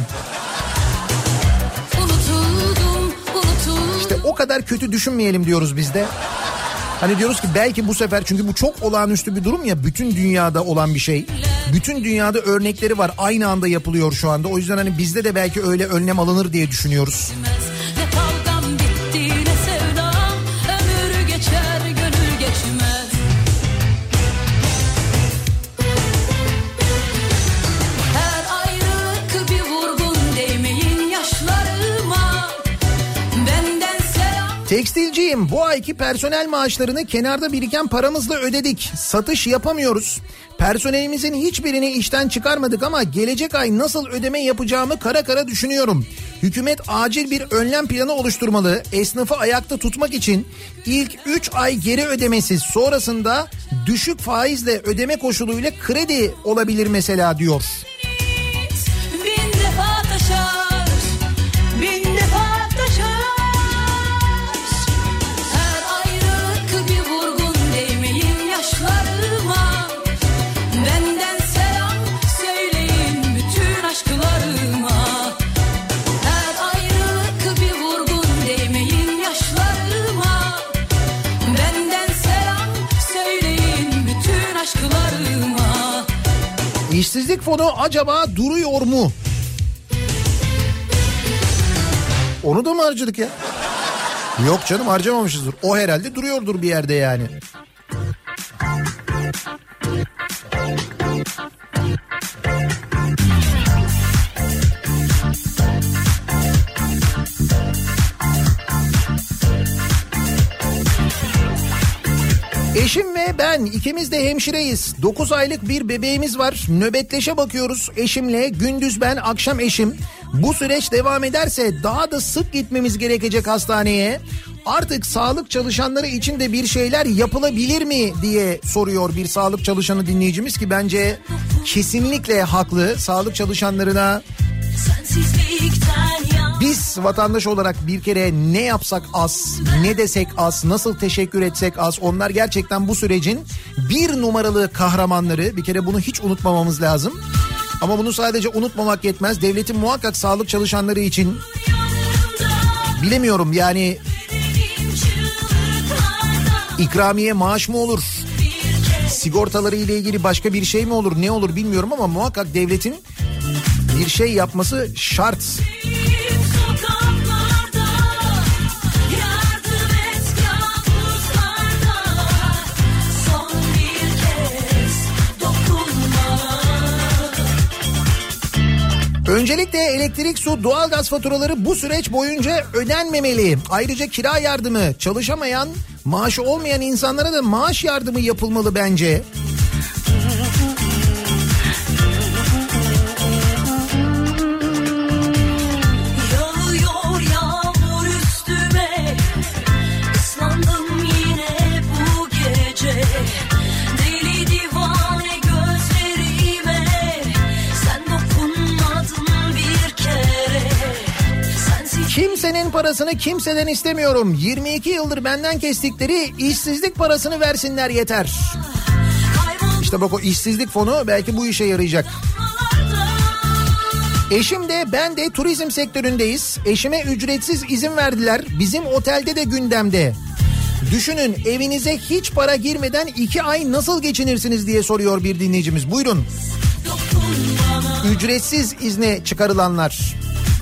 Unutuldum, unutuldum. İşte o kadar kötü düşünmeyelim diyoruz biz de. Hani diyoruz ki belki bu sefer, çünkü bu çok olağanüstü bir durum ya, bütün dünyada olan bir şey. Bütün dünyada örnekleri var, aynı anda yapılıyor şu anda. O yüzden hani bizde de belki öyle önlem alınır diye düşünüyoruz. Tekstilciyim. Bu ayki personel maaşlarını kenarda biriken paramızla ödedik. Satış yapamıyoruz. Personelimizin hiçbirini işten çıkarmadık ama gelecek ay nasıl ödeme yapacağımı kara kara düşünüyorum. Hükümet acil bir önlem planı oluşturmalı. Esnafı ayakta tutmak için ilk üç ay geri ödemesiz, sonrasında düşük faizle ödeme koşuluyla kredi olabilir mesela diyor. Bin defa taşar, bin defa taşar. İşsizlik fonu acaba duruyor mu? Onu da mı harcadık ya? Yok canım, harcamamışızdır. O herhalde duruyordur bir yerde yani. Eşim ve ben ikimiz de hemşireyiz. dokuz aylık bir bebeğimiz var. Nöbetleşe bakıyoruz eşimle. Gündüz ben, akşam eşim. Bu süreç devam ederse daha da sık gitmemiz gerekecek hastaneye. Artık sağlık çalışanları için de bir şeyler yapılabilir mi diye soruyor bir sağlık çalışanı dinleyicimiz, ki bence kesinlikle haklı. Sağlık çalışanlarına biz vatandaş olarak bir kere ne yapsak az, ne desek az, nasıl teşekkür etsek az. Onlar gerçekten bu sürecin bir numaralı kahramanları. Bir kere bunu hiç unutmamamız lazım. Ama bunu sadece unutmamak yetmez. Devletin muhakkak sağlık çalışanları için, bilemiyorum yani, ikramiye maaş mı olur, sigortaları ile ilgili başka bir şey mi olur, ne olur bilmiyorum ama muhakkak devletin bir şey yapması şart. Öncelikle elektrik, su, doğalgaz faturaları bu süreç boyunca ödenmemeli. Ayrıca kira yardımı, çalışamayan, maaşı olmayan insanlara da maaş yardımı yapılmalı bence. Kimsenin parasını kimseden istemiyorum. yirmi iki yıldır benden kestikleri işsizlik parasını versinler yeter. İşte bak, o işsizlik fonu belki bu işe yarayacak. Eşim de ben de turizm sektöründeyiz. Eşime ücretsiz izin verdiler. Bizim otelde de gündemde. Düşünün, evinize hiç para girmeden iki ay nasıl geçinirsiniz diye soruyor bir dinleyicimiz. Buyurun. Ücretsiz izne çıkarılanlar.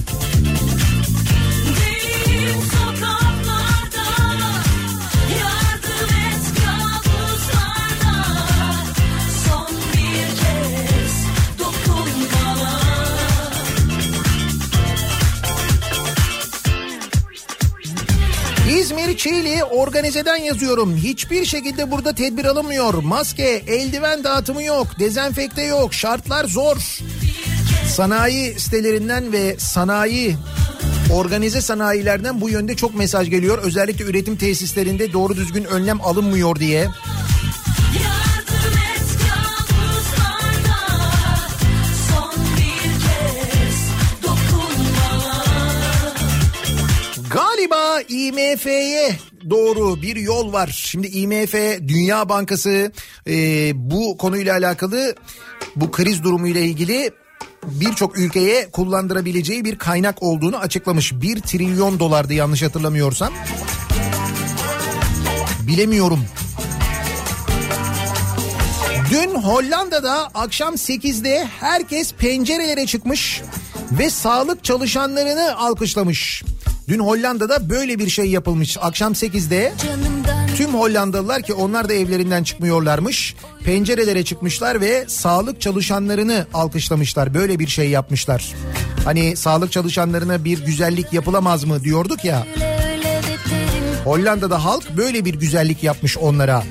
İzmir Çiğli organizeden yazıyorum. Hiçbir şekilde burada tedbir alınmıyor. Maske, eldiven dağıtımı yok. Dezenfekte yok. Şartlar zor. Sanayi sitelerinden ve sanayi, organize sanayilerden bu yönde çok mesaj geliyor. Özellikle üretim tesislerinde doğru düzgün önlem alınmıyor diye. Galiba I M F'ye doğru bir yol var. Şimdi I M F, Dünya Bankası e, bu konuyla alakalı, bu kriz durumuyla ilgili birçok ülkeye kullandırabileceği bir kaynak olduğunu açıklamış. Bir trilyon dolardı yanlış hatırlamıyorsam. Bilemiyorum. Dün Hollanda'da akşam sekizde herkes pencerelere çıkmış ve sağlık çalışanlarını alkışlamış. Dün Hollanda'da böyle bir şey yapılmış. Akşam sekizde tüm Hollandalılar, ki onlar da evlerinden çıkmıyorlarmış, pencerelere çıkmışlar ve sağlık çalışanlarını alkışlamışlar. Böyle bir şey yapmışlar. Hani sağlık çalışanlarına bir güzellik yapılamaz mı diyorduk ya. Hollanda'da halk böyle bir güzellik yapmış onlara.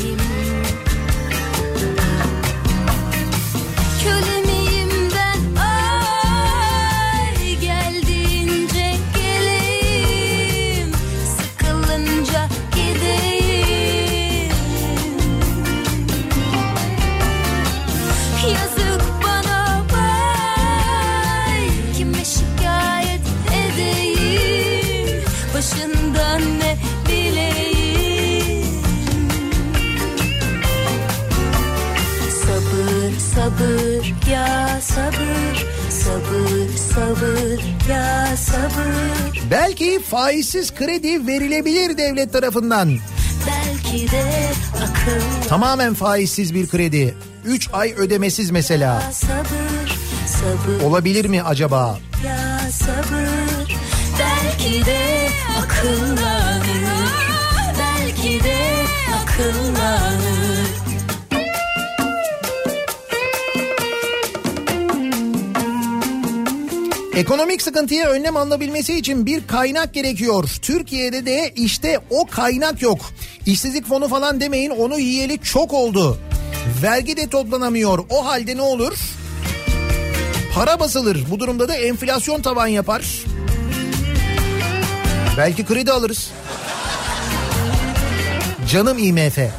Sabır ya sabır, sabır sabır ya sabır. Belki faizsiz kredi verilebilir devlet tarafından. Belki de akıl. Tamamen faizsiz bir kredi. üç ay ödemesiz mesela. Ya sabır, sabır. Olabilir mi acaba? Ya sabır. Belki de akıllanır. Belki de akıllanır. Ekonomik sıkıntıya önlem alınabilmesi için bir kaynak gerekiyor. Türkiye'de de işte o kaynak yok. İşsizlik fonu falan demeyin, onu yiyeli çok oldu. Vergi de toplanamıyor. O halde ne olur? Para basılır. Bu durumda da enflasyon tavan yapar. Belki kredi alırız. Canım I M F.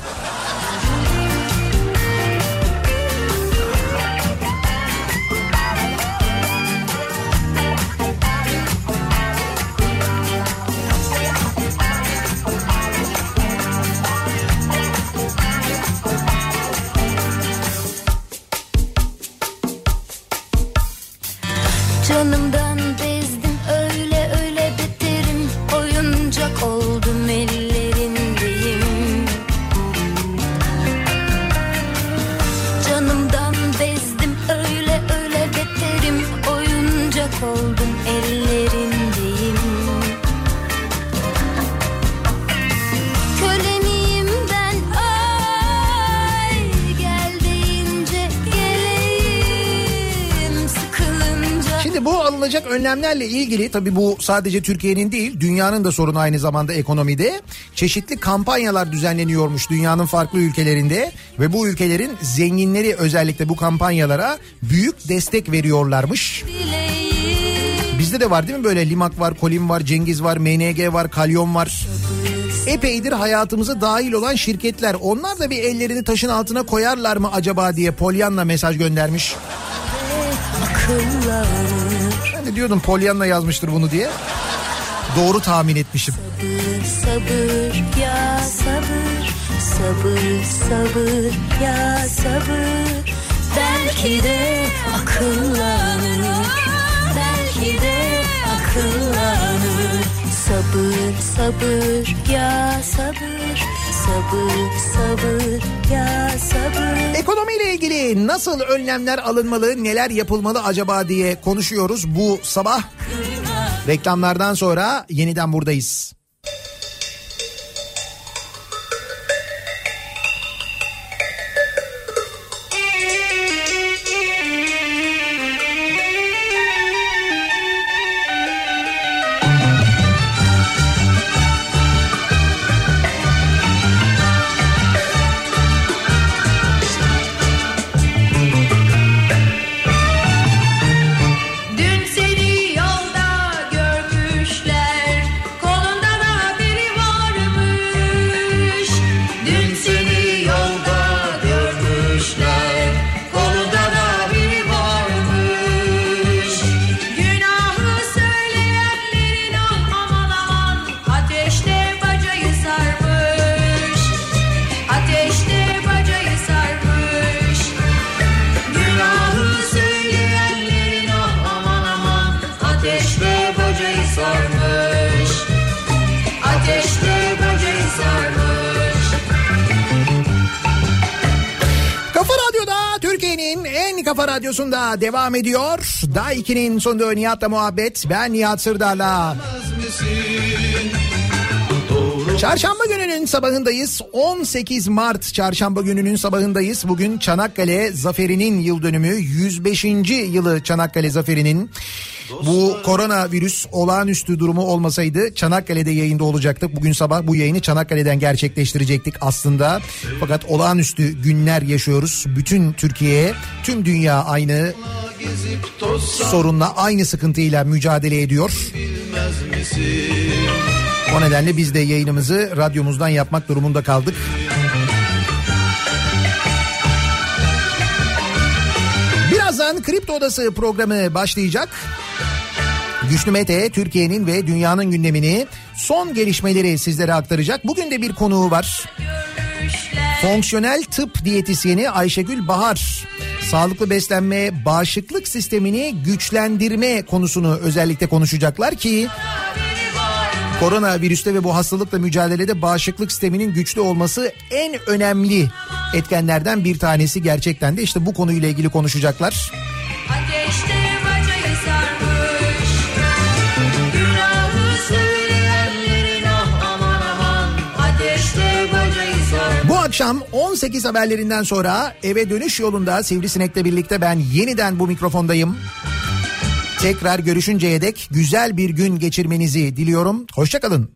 Canımdan bezdim öyle öyle beterim. Oyuncak oldum ellerindeyim. alınacak önlemlerle ilgili, tabii bu sadece Türkiye'nin değil dünyanın da sorunu aynı zamanda ekonomide, çeşitli kampanyalar düzenleniyormuş dünyanın farklı ülkelerinde ve bu ülkelerin zenginleri özellikle bu kampanyalara büyük destek veriyorlarmış. Bizde de var değil mi böyle Limak var, Kolim var, Cengiz var, M N G var, Kalyon var. Epeydir hayatımıza dahil olan şirketler, onlar da bir ellerini taşın altına koyarlar mı acaba diye Pollyanna mesaj göndermiş. Ben de diyordum Pollyanna yazmıştır bunu diye. Doğru tahmin etmişim. Sabır sabır ya sabır, sabır sabır ya sabır. Belki de akıllanır, belki de akıllanır. Sabır sabır ya sabır, sabır sabır ya sabır. Ekonomiyle ilgili nasıl önlemler alınmalı, neler yapılmalı acaba diye konuşuyoruz bu sabah. Reklamlardan sonra yeniden buradayız. Kafa Radyosu'nda devam ediyor. Daha ikinin sonunda Nihat'la muhabbet. Ben Nihat Sırdar'la. Çarşamba gününün sabahındayız. on sekiz Mart Çarşamba gününün sabahındayız. Bugün Çanakkale Zaferi'nin yıl dönümü. yüz beşinci yılı Çanakkale Zaferi'nin. Bu koronavirüs olağanüstü durumu olmasaydı Çanakkale'de yayında olacaktık. Bugün sabah bu yayını Çanakkale'den gerçekleştirecektik aslında. Fakat olağanüstü günler yaşıyoruz. Bütün Türkiye, tüm dünya aynı sorunla, aynı sıkıntıyla mücadele ediyor. O nedenle biz de yayınımızı radyomuzdan yapmak durumunda kaldık. Birazdan Kripto Odası programı başlayacak. Güçlü Mete Türkiye'nin ve dünyanın gündemini, son gelişmeleri sizlere aktaracak. Bugün de bir konuğu var. Fonksiyonel tıp diyetisyeni Ayşegül Bahar. Sağlıklı beslenme, bağışıklık sistemini güçlendirme konusunu özellikle konuşacaklar ki koronavirüste ve bu hastalıkla mücadelede bağışıklık sisteminin güçlü olması en önemli etkenlerden bir tanesi gerçekten de. İşte bu konuyla ilgili konuşacaklar. Ateşte bacayı sarmış, günahı söyleyenlerin ah aman aman. Ateşte bacayı sarmış. Bu akşam on sekiz haberlerinden sonra eve dönüş yolunda Sivrisinek'le birlikte ben yeniden bu mikrofondayım. Tekrar görüşünceye dek güzel bir gün geçirmenizi diliyorum. Hoşça kalın.